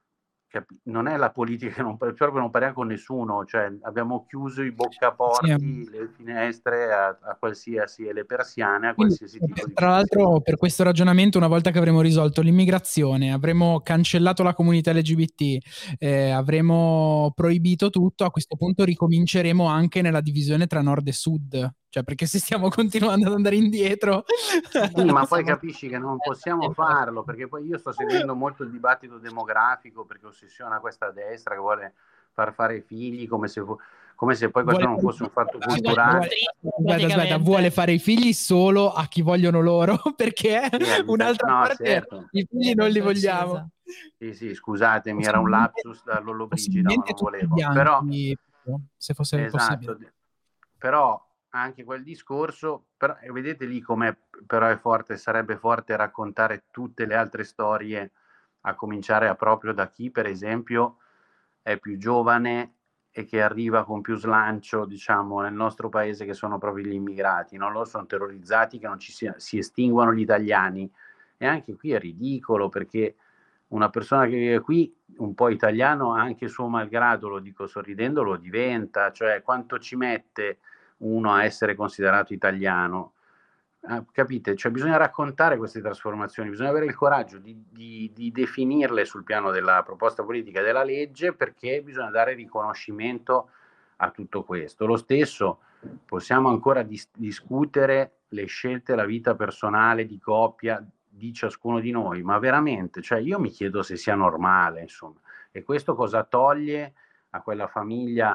non è la politica che proprio non parliamo con nessuno, cioè abbiamo chiuso i boccaporti, le finestre a qualsiasi, e le persiane a qualsiasi tipo di... Tra l'altro, per questo ragionamento, una volta che avremo risolto l'immigrazione, avremo cancellato la comunità LGBT, avremo proibito tutto, a questo punto ricominceremo anche nella divisione tra nord e sud. Cioè, perché se stiamo continuando ad andare indietro... Sì, ma poi capisci che non possiamo farlo, perché poi io sto seguendo molto il dibattito demografico, perché ossessiona questa destra che vuole far fare figli come se poi questo non fosse un fatto culturale. Aspetta, vuole fare i figli solo a chi vogliono loro, perché un'altra parte certo. I figli non li vogliamo. Sì, scusatemi, era un lapsus da Lollobrigida, ma non volevo. Però, se fosse possibile. Però anche quel discorso, però, vedete lì com'è, però è forte, sarebbe forte raccontare tutte le altre storie, a cominciare proprio da chi, per esempio, è più giovane e che arriva con più slancio, diciamo, nel nostro paese, che sono proprio gli immigrati, no? Loro sono terrorizzati che non si estinguano gli italiani, e anche qui è ridicolo, perché una persona che vive qui, un po' italiano, anche suo malgrado, lo dico sorridendo, lo diventa, cioè quanto ci mette uno a essere considerato italiano? Capite? Cioè bisogna raccontare queste trasformazioni, bisogna avere il coraggio di definirle sul piano della proposta politica e della legge, perché bisogna dare riconoscimento a tutto questo. Lo stesso, possiamo ancora discutere le scelte, la vita personale di coppia di ciascuno di noi, ma veramente, cioè io mi chiedo se sia normale, insomma, e questo cosa toglie a quella famiglia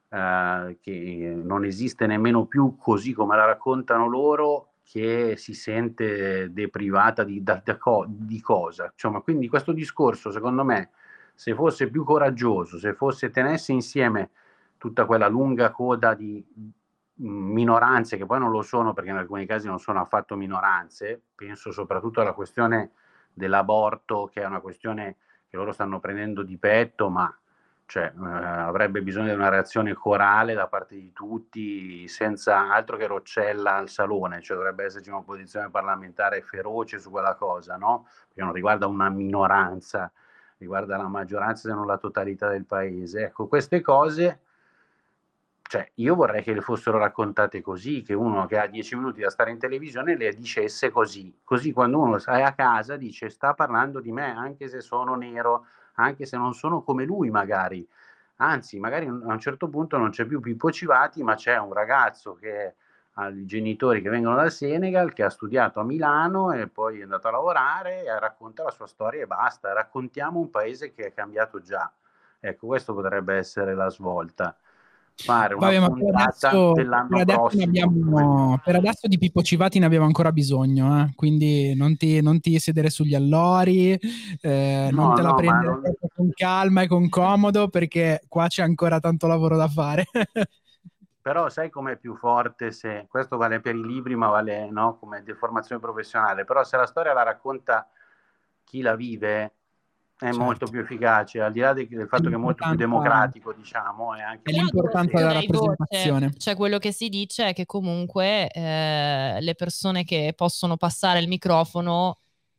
che non esiste nemmeno più così come la raccontano loro, che si sente deprivata di cosa. Insomma, quindi questo discorso, secondo me, se fosse più coraggioso, se tenesse insieme tutta quella lunga coda di minoranze, che poi non lo sono, perché in alcuni casi non sono affatto minoranze, penso soprattutto alla questione dell'aborto, che è una questione che loro stanno prendendo di petto, ma cioè, avrebbe bisogno di una reazione corale da parte di tutti, senza altro che Roccella al salone, cioè dovrebbe esserci un'opposizione parlamentare feroce su quella cosa, no? Perché non riguarda una minoranza, riguarda la maggioranza se non la totalità del paese. Ecco, queste cose, cioè, io vorrei che le fossero raccontate così, che uno che ha 10 minuti da stare in televisione le dicesse così quando uno è a casa dice sta parlando di me, anche se sono nero, anche se non sono come lui magari, anzi magari a un certo punto non c'è più Pippo Civati, ma c'è un ragazzo che ha i genitori che vengono dal Senegal, che ha studiato a Milano e poi è andato a lavorare e racconta la sua storia e basta. Raccontiamo un paese che è cambiato già. Ecco, questo potrebbe essere la svolta. Fare una puntata dell'anno prossimo. Per adesso di Pippo Civati ne abbiamo ancora bisogno, quindi non ti sedere sugli allori, non te la prendere con calma e con comodo, perché qua c'è ancora tanto lavoro da fare. Però sai com'è più forte, se questo vale per i libri, ma vale, no, come deformazione professionale, però se la storia la racconta chi la vive, è molto più efficace, al di là del fatto che è molto più democratico, diciamo, è anche l'importanza della rappresentazione. Cioè, quello che si dice è che comunque le persone che possono passare il microfono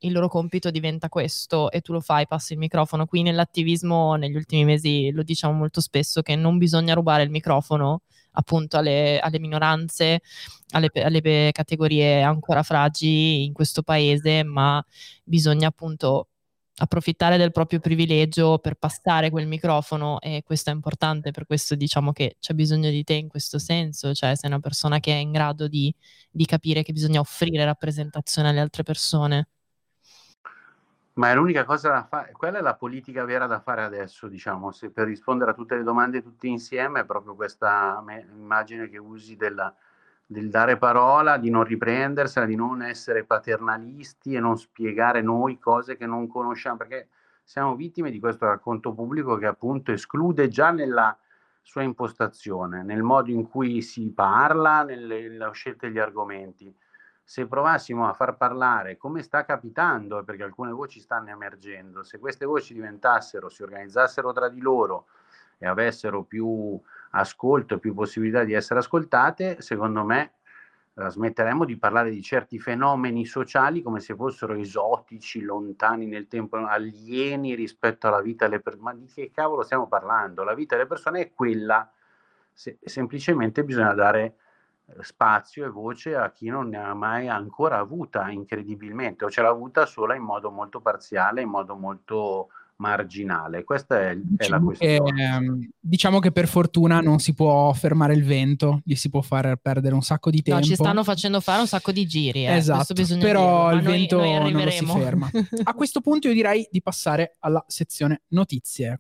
il loro compito diventa questo e tu lo fai, passi il microfono. Qui nell'attivismo negli ultimi mesi lo diciamo molto spesso che non bisogna rubare il microfono appunto alle minoranze, alle categorie ancora fragili in questo paese, ma bisogna appunto approfittare del proprio privilegio per passare quel microfono, e questo è importante. Per questo diciamo che c'è bisogno di te in questo senso, cioè sei una persona che è in grado di capire che bisogna offrire rappresentazione alle altre persone. Ma è l'unica cosa da fare, quella è la politica vera da fare adesso, diciamo, se per rispondere a tutte le domande tutti insieme è proprio questa immagine che usi del dare parola, di non riprendersela, di non essere paternalisti e non spiegare noi cose che non conosciamo, perché siamo vittime di questo racconto pubblico che appunto esclude già nella sua impostazione, nel modo in cui si parla, nella scelta degli argomenti. Se provassimo a far parlare, come sta capitando, perché alcune voci stanno emergendo, se queste voci diventassero, si organizzassero tra di loro e avessero più ascolto, più possibilità di essere ascoltate, secondo me smetteremmo di parlare di certi fenomeni sociali come se fossero esotici, lontani nel tempo, alieni rispetto alla vita delle persone. Ma di che cavolo stiamo parlando? La vita delle persone è quella, semplicemente bisogna dare spazio e voce a chi non ne ha mai ancora avuta, incredibilmente, o ce l'ha avuta solo in modo molto parziale, in modo molto marginale. Questa è la questione. Diciamo che per fortuna non si può fermare il vento, gli si può far perdere un sacco di tempo. No, ci stanno facendo fare un sacco di giri. Esatto, però il vento noi non lo si ferma. A questo punto io direi di passare alla sezione notizie.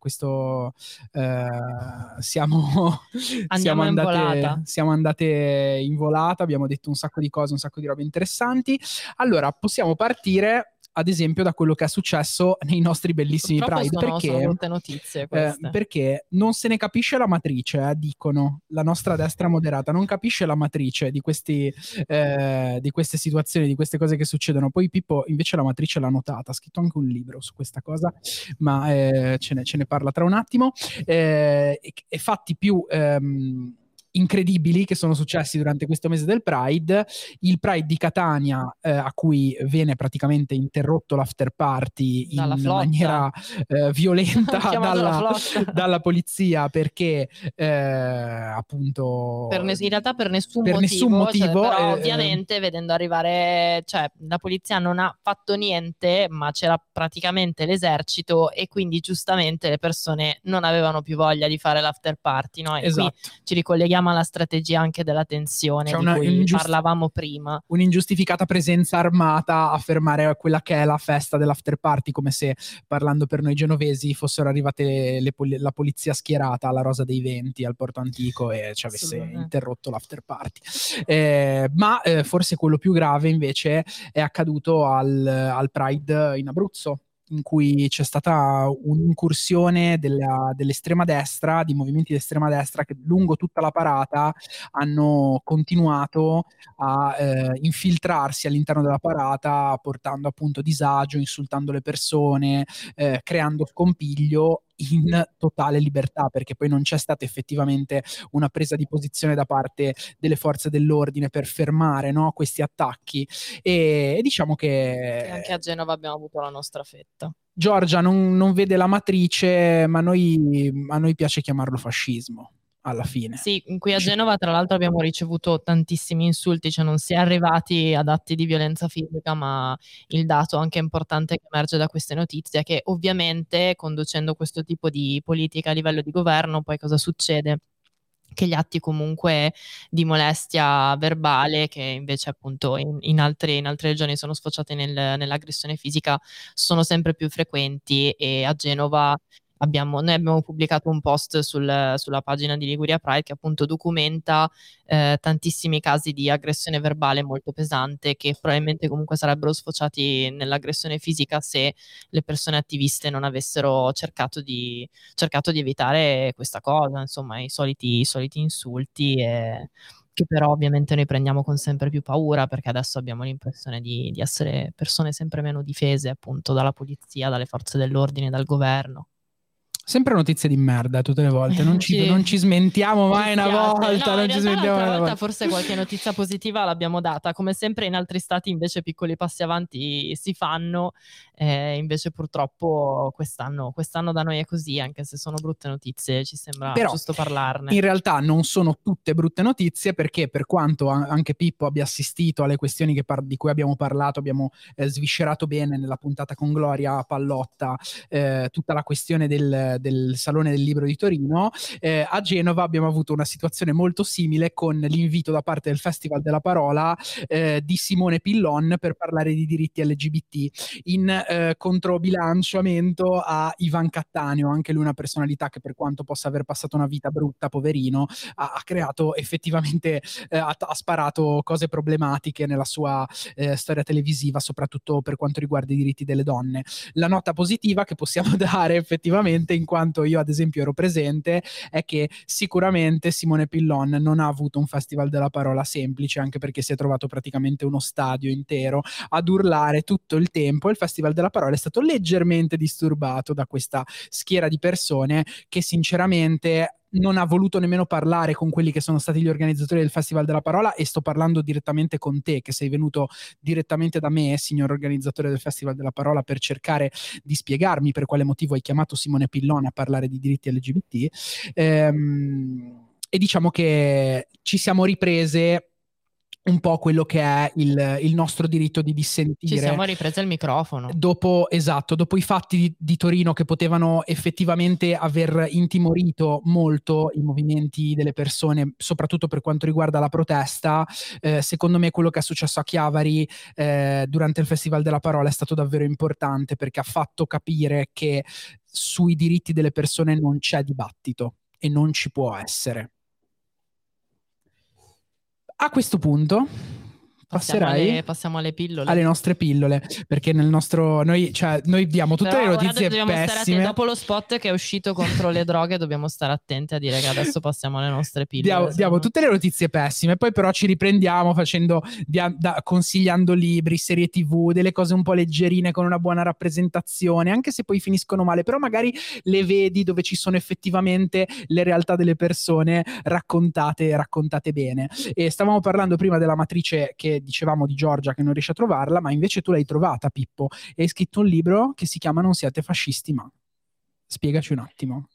Siamo andate in volata, abbiamo detto un sacco di cose, un sacco di robe interessanti. Allora, possiamo partire ad esempio da quello che è successo nei nostri bellissimi Pride, sono brutte notizie perché non se ne capisce la matrice, dicono, la nostra destra moderata non capisce la matrice di queste situazioni, di queste cose che succedono. Poi Pippo invece la matrice l'ha notata, ha scritto anche un libro su questa cosa, ma ce ne parla tra un attimo. E fatti più incredibili che sono successi durante questo mese del Pride. Il Pride di Catania, a cui viene praticamente interrotto l'after party in maniera violenta dalla polizia, perché appunto in realtà per nessun motivo. Cioè, però ovviamente vedendo arrivare, cioè la polizia non ha fatto niente, ma c'era praticamente l'esercito e quindi giustamente le persone non avevano più voglia di fare l'after party, no? E esatto. Qui ci ricolleghiamo alla strategia anche della tensione di cui parlavamo prima. Un'ingiustificata presenza armata a fermare quella che è la festa dell'after party, come se, parlando per noi genovesi, fossero arrivate la polizia schierata alla Rosa dei Venti al Porto Antico e ci avesse interrotto l'after party. Ma forse quello più grave invece è accaduto al Pride in Abruzzo, in cui c'è stata un'incursione dell'estrema destra, di movimenti di estrema destra che lungo tutta la parata hanno continuato a infiltrarsi all'interno della parata, portando appunto disagio, insultando le persone, creando scompiglio in totale libertà, perché poi non c'è stata effettivamente una presa di posizione da parte delle forze dell'ordine per fermare, no, questi attacchi, e diciamo che anche a Genova abbiamo avuto la nostra fetta. Giorgia non vede la matrice, ma a noi piace chiamarlo fascismo alla fine. Sì, qui a Genova tra l'altro abbiamo ricevuto tantissimi insulti, cioè non si è arrivati ad atti di violenza fisica, ma il dato anche importante che emerge da queste notizie è che ovviamente conducendo questo tipo di politica a livello di governo, poi cosa succede? Che gli atti comunque di molestia verbale, che invece appunto in altre regioni sono sfociati nell'aggressione fisica, sono sempre più frequenti, e a Genova noi abbiamo pubblicato un post sulla pagina di Liguria Pride che appunto documenta tantissimi casi di aggressione verbale molto pesante, che probabilmente comunque sarebbero sfociati nell'aggressione fisica se le persone attiviste non avessero cercato di evitare questa cosa, insomma, i soliti insulti, che però ovviamente noi prendiamo con sempre più paura, perché adesso abbiamo l'impressione di essere persone sempre meno difese appunto dalla polizia, dalle forze dell'ordine, dal governo. Sempre notizie di merda tutte le volte, non ci smentiamo mai una volta. No, in realtà l'altra volta forse qualche notizia positiva l'abbiamo data, come sempre in altri stati invece piccoli passi avanti si fanno, invece purtroppo quest'anno da noi è così, anche se sono brutte notizie ci sembra giusto parlarne. In realtà non sono tutte brutte notizie, perché per quanto anche Pippo abbia assistito alle questioni di cui abbiamo parlato, abbiamo sviscerato bene nella puntata con Gloria Pallotta tutta la questione del Salone del Libro di Torino, a Genova abbiamo avuto una situazione molto simile con l'invito da parte del Festival della Parola di Simone Pillon per parlare di diritti LGBT in controbilanciamento a Ivan Cattaneo, anche lui una personalità che, per quanto possa aver passato una vita brutta, poverino, ha creato effettivamente, ha sparato cose problematiche nella sua storia televisiva, soprattutto per quanto riguarda i diritti delle donne. La nota positiva che possiamo dare effettivamente, in quanto io ad esempio ero presente, è che sicuramente Simone Pillon non ha avuto un Festival della Parola semplice, anche perché si è trovato praticamente uno stadio intero ad urlare tutto il tempo. Il Festival della Parola è stato leggermente disturbato da questa schiera di persone che sinceramente non ha voluto nemmeno parlare con quelli che sono stati gli organizzatori del Festival della Parola, e sto parlando direttamente con te, che sei venuto direttamente da me, signor organizzatore del Festival della Parola, per cercare di spiegarmi per quale motivo hai chiamato Simone Pillon a parlare di diritti LGBT. E diciamo che ci siamo riprese un po' quello che è il nostro diritto di dissentire. Ci siamo riprese il microfono. Dopo i fatti di Torino, che potevano effettivamente aver intimorito molto i movimenti delle persone, soprattutto per quanto riguarda la protesta, secondo me quello che è successo a Chiavari durante il Festival della Parola è stato davvero importante, perché ha fatto capire che sui diritti delle persone non c'è dibattito e non ci può essere. A questo punto passiamo alle pillole. Alle nostre pillole, perché nel nostro noi diamo tutte le notizie pessime. Dopo lo spot che è uscito contro le droghe dobbiamo stare attenti a dire che adesso passiamo alle nostre pillole. Diamo tutte le notizie pessime, poi però ci riprendiamo consigliando libri, serie TV, delle cose un po' leggerine con una buona rappresentazione, anche se poi finiscono male, però magari le vedi dove ci sono effettivamente le realtà delle persone raccontate bene. E stavamo parlando prima della matrice che dicevamo di Giorgia, che non riesce a trovarla, ma invece tu l'hai trovata, Pippo, e hai scritto un libro che si chiama Non siate fascisti ma. Spiegaci un attimo.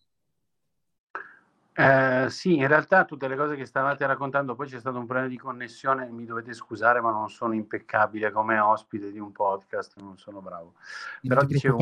Sì, in realtà tutte le cose che stavate raccontando, poi c'è stato un problema di connessione, mi dovete scusare, ma non sono impeccabile come ospite di un podcast, non sono bravo. Però dicevo,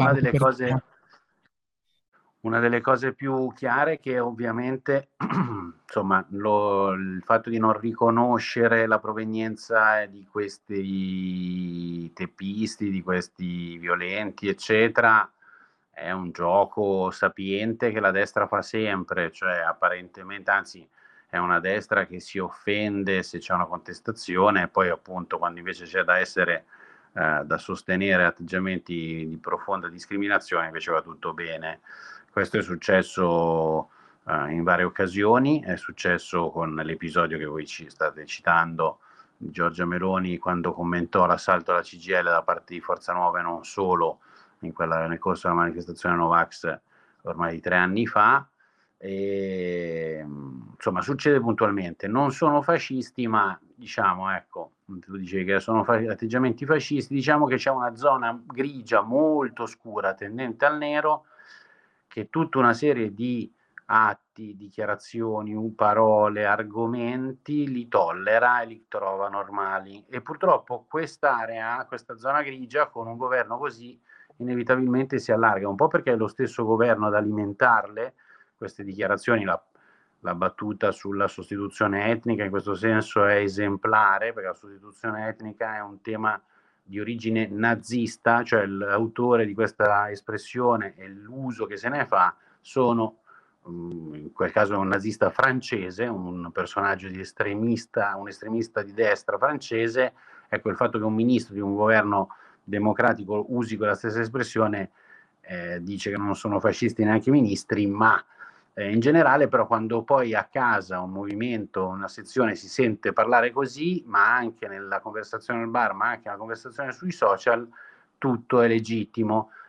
una delle cose più chiare, che ovviamente insomma il fatto di non riconoscere la provenienza di questi teppisti, di questi violenti, eccetera, è un gioco sapiente che la destra fa sempre, cioè apparentemente, anzi è una destra che si offende se c'è una contestazione, e poi appunto quando invece c'è da sostenere atteggiamenti di profonda discriminazione invece va tutto bene. Questo è successo in varie occasioni, è successo con l'episodio che voi ci state citando di Giorgia Meloni quando commentò l'assalto alla CGIL da parte di Forza Nuova e non solo, nel corso della manifestazione Novax ormai di 3 anni fa. E, insomma, succede puntualmente. Non sono fascisti, ma diciamo, ecco, tu dicevi che sono atteggiamenti fascisti, diciamo che c'è una zona grigia molto scura tendente al nero, che tutta una serie di atti, dichiarazioni, parole, argomenti li tollera e li trova normali, e purtroppo questa zona grigia con un governo così inevitabilmente si allarga, un po' perché è lo stesso governo ad alimentarle queste dichiarazioni. La battuta sulla sostituzione etnica in questo senso è esemplare, perché la sostituzione etnica è un tema di origine nazista, cioè l'autore di questa espressione e l'uso che se ne fa sono, in quel caso un nazista francese, un personaggio un estremista di destra francese. Ecco, il fatto che un ministro di un governo democratico usi quella stessa espressione dice che non sono fascisti neanche i ministri, ma in generale. Però quando poi a casa un movimento, una sezione si sente parlare così, ma anche nella conversazione al bar, ma anche nella conversazione sui social, tutto è legittimo.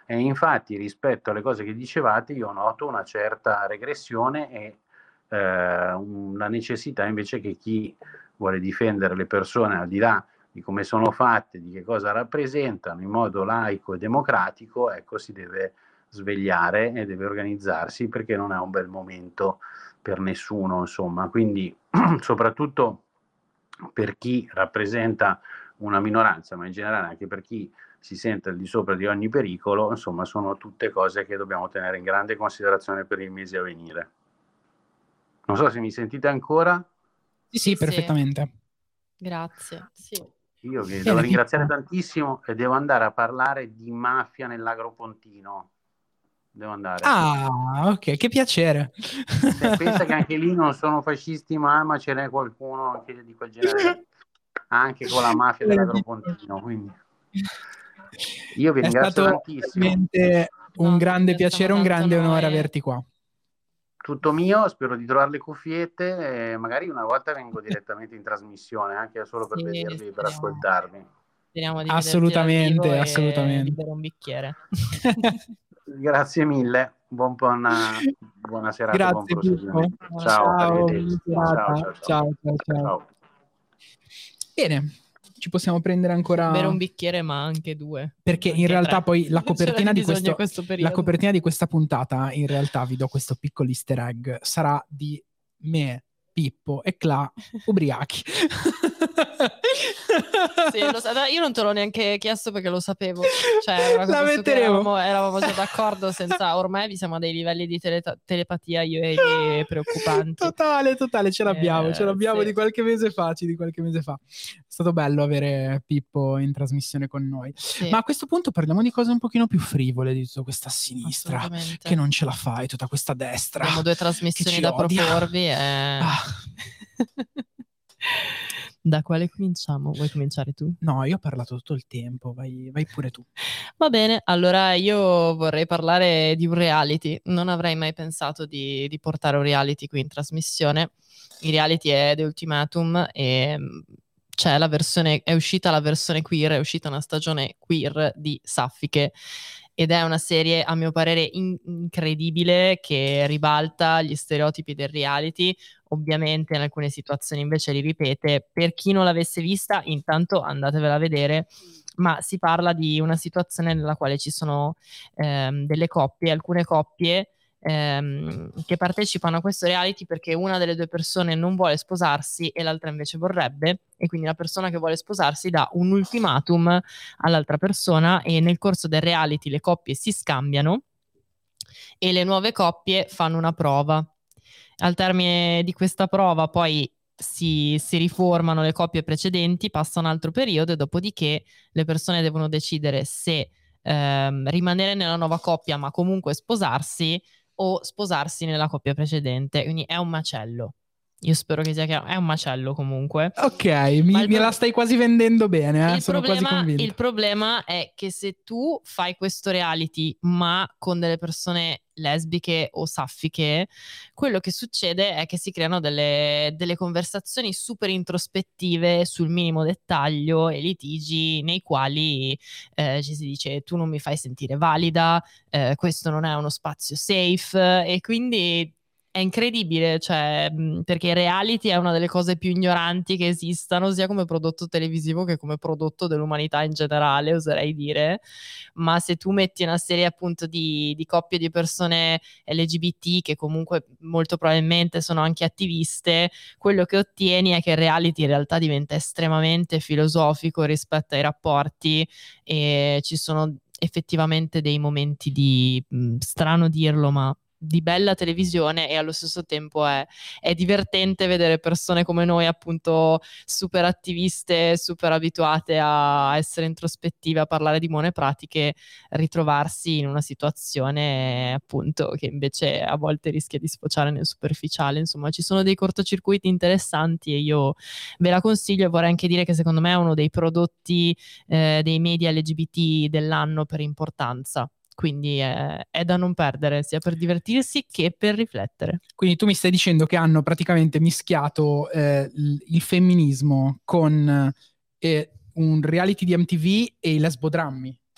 E infatti rispetto alle cose che dicevate io noto una certa regressione e una necessità invece che chi vuole difendere le persone al di là di come sono fatte, di che cosa rappresentano in modo laico e democratico, ecco, si deve svegliare e deve organizzarsi, perché non è un bel momento per nessuno, insomma. Quindi soprattutto per chi rappresenta una minoranza, ma in generale anche per chi si sente al di sopra di ogni pericolo, insomma, sono tutte cose che dobbiamo tenere in grande considerazione per i mesi a venire. Non so se mi sentite ancora. Sì, perfettamente. Grazie. Sì. Io vi devo ringraziare tantissimo e devo andare a parlare di mafia nell'Agropontino. Devo andare. Ah, ok, che piacere. Pensa che anche lì non sono fascisti, ma ce n'è qualcuno anche di quel genere, anche con la mafia dell'Agropontino. Quindi io vi ringrazio tantissimo. È stato veramente un grande piacere, un grande onore averti qua. Tutto mio, spero di trovare le cuffiette e magari una volta vengo direttamente in trasmissione, anche solo per vedervi e per ascoltarvi. Speriamo di assolutamente, vederti assolutamente. e bere un bicchiere. Grazie mille, buona serata. Grazie, buon proseguimento. Ciao. Ciao. Bene, ci possiamo prendere ancora... Bere un bicchiere, ma anche due. Perché in realtà poi la copertina di questa puntata, in realtà vi do questo piccolo easter egg, sarà di me, Pippo e Cla ubriachi. Sì, io non te l'ho neanche chiesto perché lo sapevo, cioè la metteremo. Eravamo già d'accordo, ormai vi siamo a dei livelli di telepatia io e Eli preoccupanti. Totale, ce l'abbiamo sì. di qualche mese fa. È stato bello avere Pippo in trasmissione con noi. Sì. Ma a questo punto parliamo di cose un pochino più frivole, di tutta questa sinistra che non ce la fai, tutta questa destra. Abbiamo 2 trasmissioni da proporvi e... Da quale cominciamo? Vuoi cominciare tu? No, io ho parlato tutto il tempo, vai pure tu. Va bene, allora io vorrei parlare di un reality. Non avrei mai pensato di portare un reality qui in trasmissione. Il reality è The Ultimatum e è uscita la versione queer, è uscita una stagione queer di Saffiche ed è una serie a mio parere incredibile che ribalta gli stereotipi del reality. Ovviamente in alcune situazioni invece li ripete. Per chi non l'avesse vista, intanto andatevela a vedere, ma si parla di una situazione nella quale ci sono delle coppie, alcune coppie che partecipano a questo reality perché una delle 2 persone non vuole sposarsi e l'altra invece vorrebbe, e quindi la persona che vuole sposarsi dà un ultimatum all'altra persona e nel corso del reality le coppie si scambiano e le nuove coppie fanno una prova. Al termine di questa prova poi si riformano le coppie precedenti, passa un altro periodo e dopodiché le persone devono decidere se rimanere nella nuova coppia ma comunque sposarsi o sposarsi nella coppia precedente. Quindi è un macello. Io spero che sia chiaro, è un macello comunque. Ok, me la stai quasi vendendo bene, sono quasi convinto. Il problema è che se tu fai questo reality ma con delle persone lesbiche o saffiche, quello che succede è che si creano delle conversazioni super introspettive sul minimo dettaglio e litigi nei quali ci si dice tu non mi fai sentire valida, questo non è uno spazio safe e quindi è incredibile, cioè, perché il reality è una delle cose più ignoranti che esistano, sia come prodotto televisivo che come prodotto dell'umanità in generale, oserei dire. Ma se tu metti una serie appunto di coppie di persone LGBT che comunque molto probabilmente sono anche attiviste, quello che ottieni è che il reality in realtà diventa estremamente filosofico rispetto ai rapporti e ci sono effettivamente dei momenti di, strano dirlo, ma di bella televisione e allo stesso tempo è divertente vedere persone come noi appunto super attiviste, super abituate a essere introspettive, a parlare di buone pratiche, ritrovarsi in una situazione appunto che invece a volte rischia di sfociare nel superficiale. Insomma, ci sono dei cortocircuiti interessanti e io ve la consiglio e vorrei anche dire che secondo me è uno dei prodotti dei media LGBT dell'anno per importanza. Quindi è da non perdere, sia per divertirsi che per riflettere. Quindi tu mi stai dicendo che hanno praticamente mischiato il femminismo con un reality di MTV e i lesbodrammi?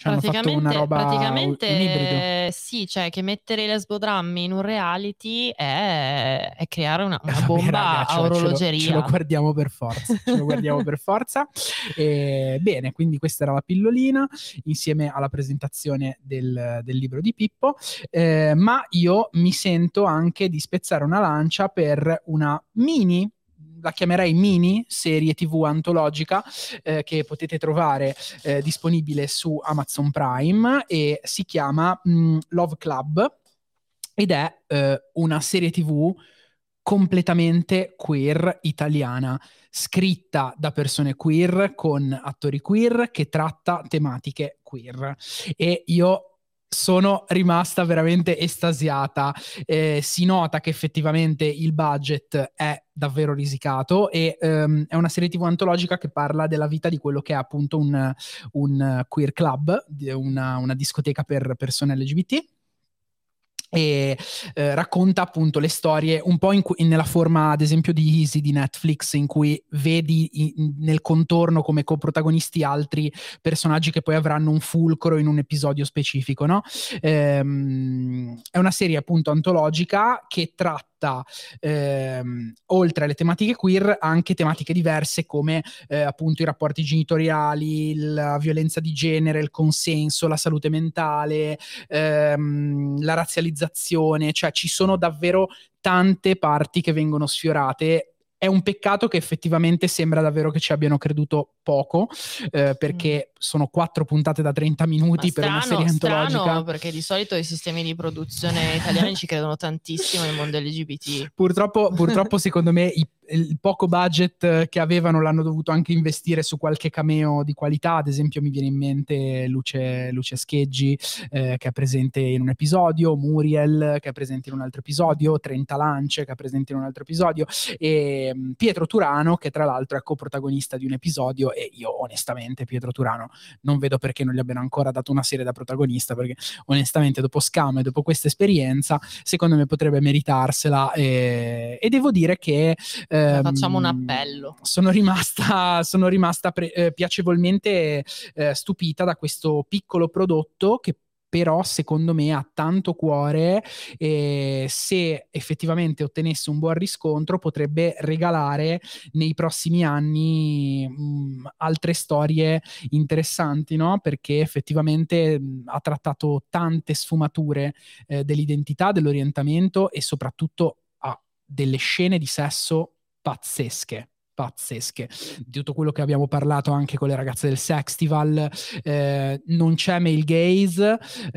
Cioè hanno fatto una roba, un ibrido. Sì, cioè che mettere i lesbodrammi in un reality è creare una bomba raga, a orologeria. Ce lo guardiamo per forza. Ce lo guardiamo per forza. Bene, quindi questa era la pillolina insieme alla presentazione del libro di Pippo. Ma io mi sento anche di spezzare una lancia per una la chiamerei mini serie TV antologica che potete trovare disponibile su Amazon Prime e si chiama Love Club ed è una serie TV completamente queer italiana, scritta da persone queer con attori queer che tratta tematiche queer e io sono rimasta veramente estasiata. Si nota che effettivamente il budget è davvero risicato e è una serie TV antologica che parla della vita di quello che è appunto un queer club, una discoteca per persone LGBT. E racconta appunto le storie un po' nella forma ad esempio di Easy di Netflix, in cui vedi nel contorno come coprotagonisti altri personaggi che poi avranno un fulcro in un episodio specifico, no? È una serie appunto antologica che tratta oltre alle tematiche queer anche tematiche diverse come appunto i rapporti genitoriali, la violenza di genere, il consenso, la salute mentale, la razzializzazione, cioè ci sono davvero tante parti che vengono sfiorate. È un peccato che effettivamente sembra davvero che ci abbiano creduto poco, perché sono 4 puntate da 30 minuti per una serie antologica. Strano, perché di solito i sistemi di produzione italiani ci credono tantissimo nel mondo LGBT. Purtroppo secondo me il poco budget che avevano l'hanno dovuto anche investire su qualche cameo di qualità. Ad esempio mi viene in mente Luce Scheggi che è presente in un episodio, Muriel che è presente in un altro episodio, Trenta Lance che è presente in un altro episodio e Pietro Turano che tra l'altro è coprotagonista di un episodio e io onestamente Pietro Turano non vedo perché non gli abbiano ancora dato una serie da protagonista, perché onestamente dopo Scam e dopo questa esperienza secondo me potrebbe meritarsela e devo dire che facciamo un appello. Sono rimasta piacevolmente stupita da questo piccolo prodotto che però secondo me ha tanto cuore e se effettivamente ottenesse un buon riscontro potrebbe regalare nei prossimi anni altre storie interessanti, no? Perché effettivamente ha trattato tante sfumature dell'identità, dell'orientamento e soprattutto ha delle scene di sesso pazzesche di tutto quello che abbiamo parlato anche con le ragazze del Sextival. Non c'è male gaze,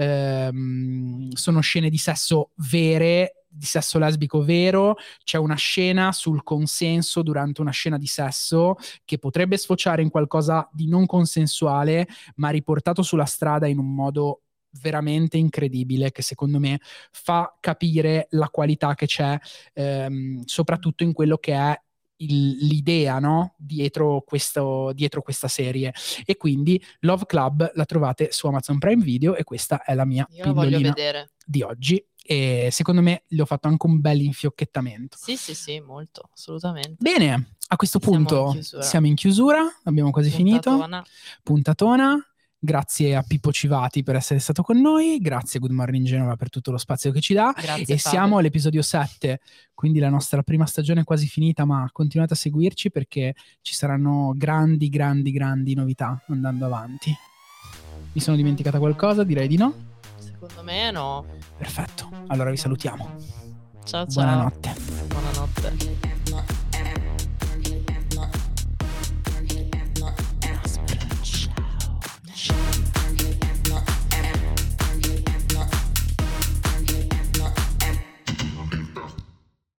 sono scene di sesso vere, di sesso lesbico vero. C'è una scena sul consenso durante una scena di sesso che potrebbe sfociare in qualcosa di non consensuale, ma riportato sulla strada in un modo veramente incredibile che secondo me fa capire la qualità che c'è soprattutto in quello che è l'idea, no? dietro questa serie. E quindi Love Club la trovate su Amazon Prime Video e questa è la mia pillolina di oggi e secondo me le ho fatto anche un bel infiocchettamento. Sì, molto, assolutamente. Bene, a questo punto siamo in chiusura, abbiamo quasi finito. Puntatona. Grazie a Pippo Civati per essere stato con noi, grazie a Good Morning Genova per tutto lo spazio che ci dà. Grazie, e siamo all'episodio 7, quindi la nostra prima stagione è quasi finita, ma continuate a seguirci perché ci saranno grandi novità andando avanti. Mi sono dimenticata qualcosa? Direi di no. Secondo me no. Perfetto, allora vi salutiamo. Ciao. Buonanotte. Buonanotte.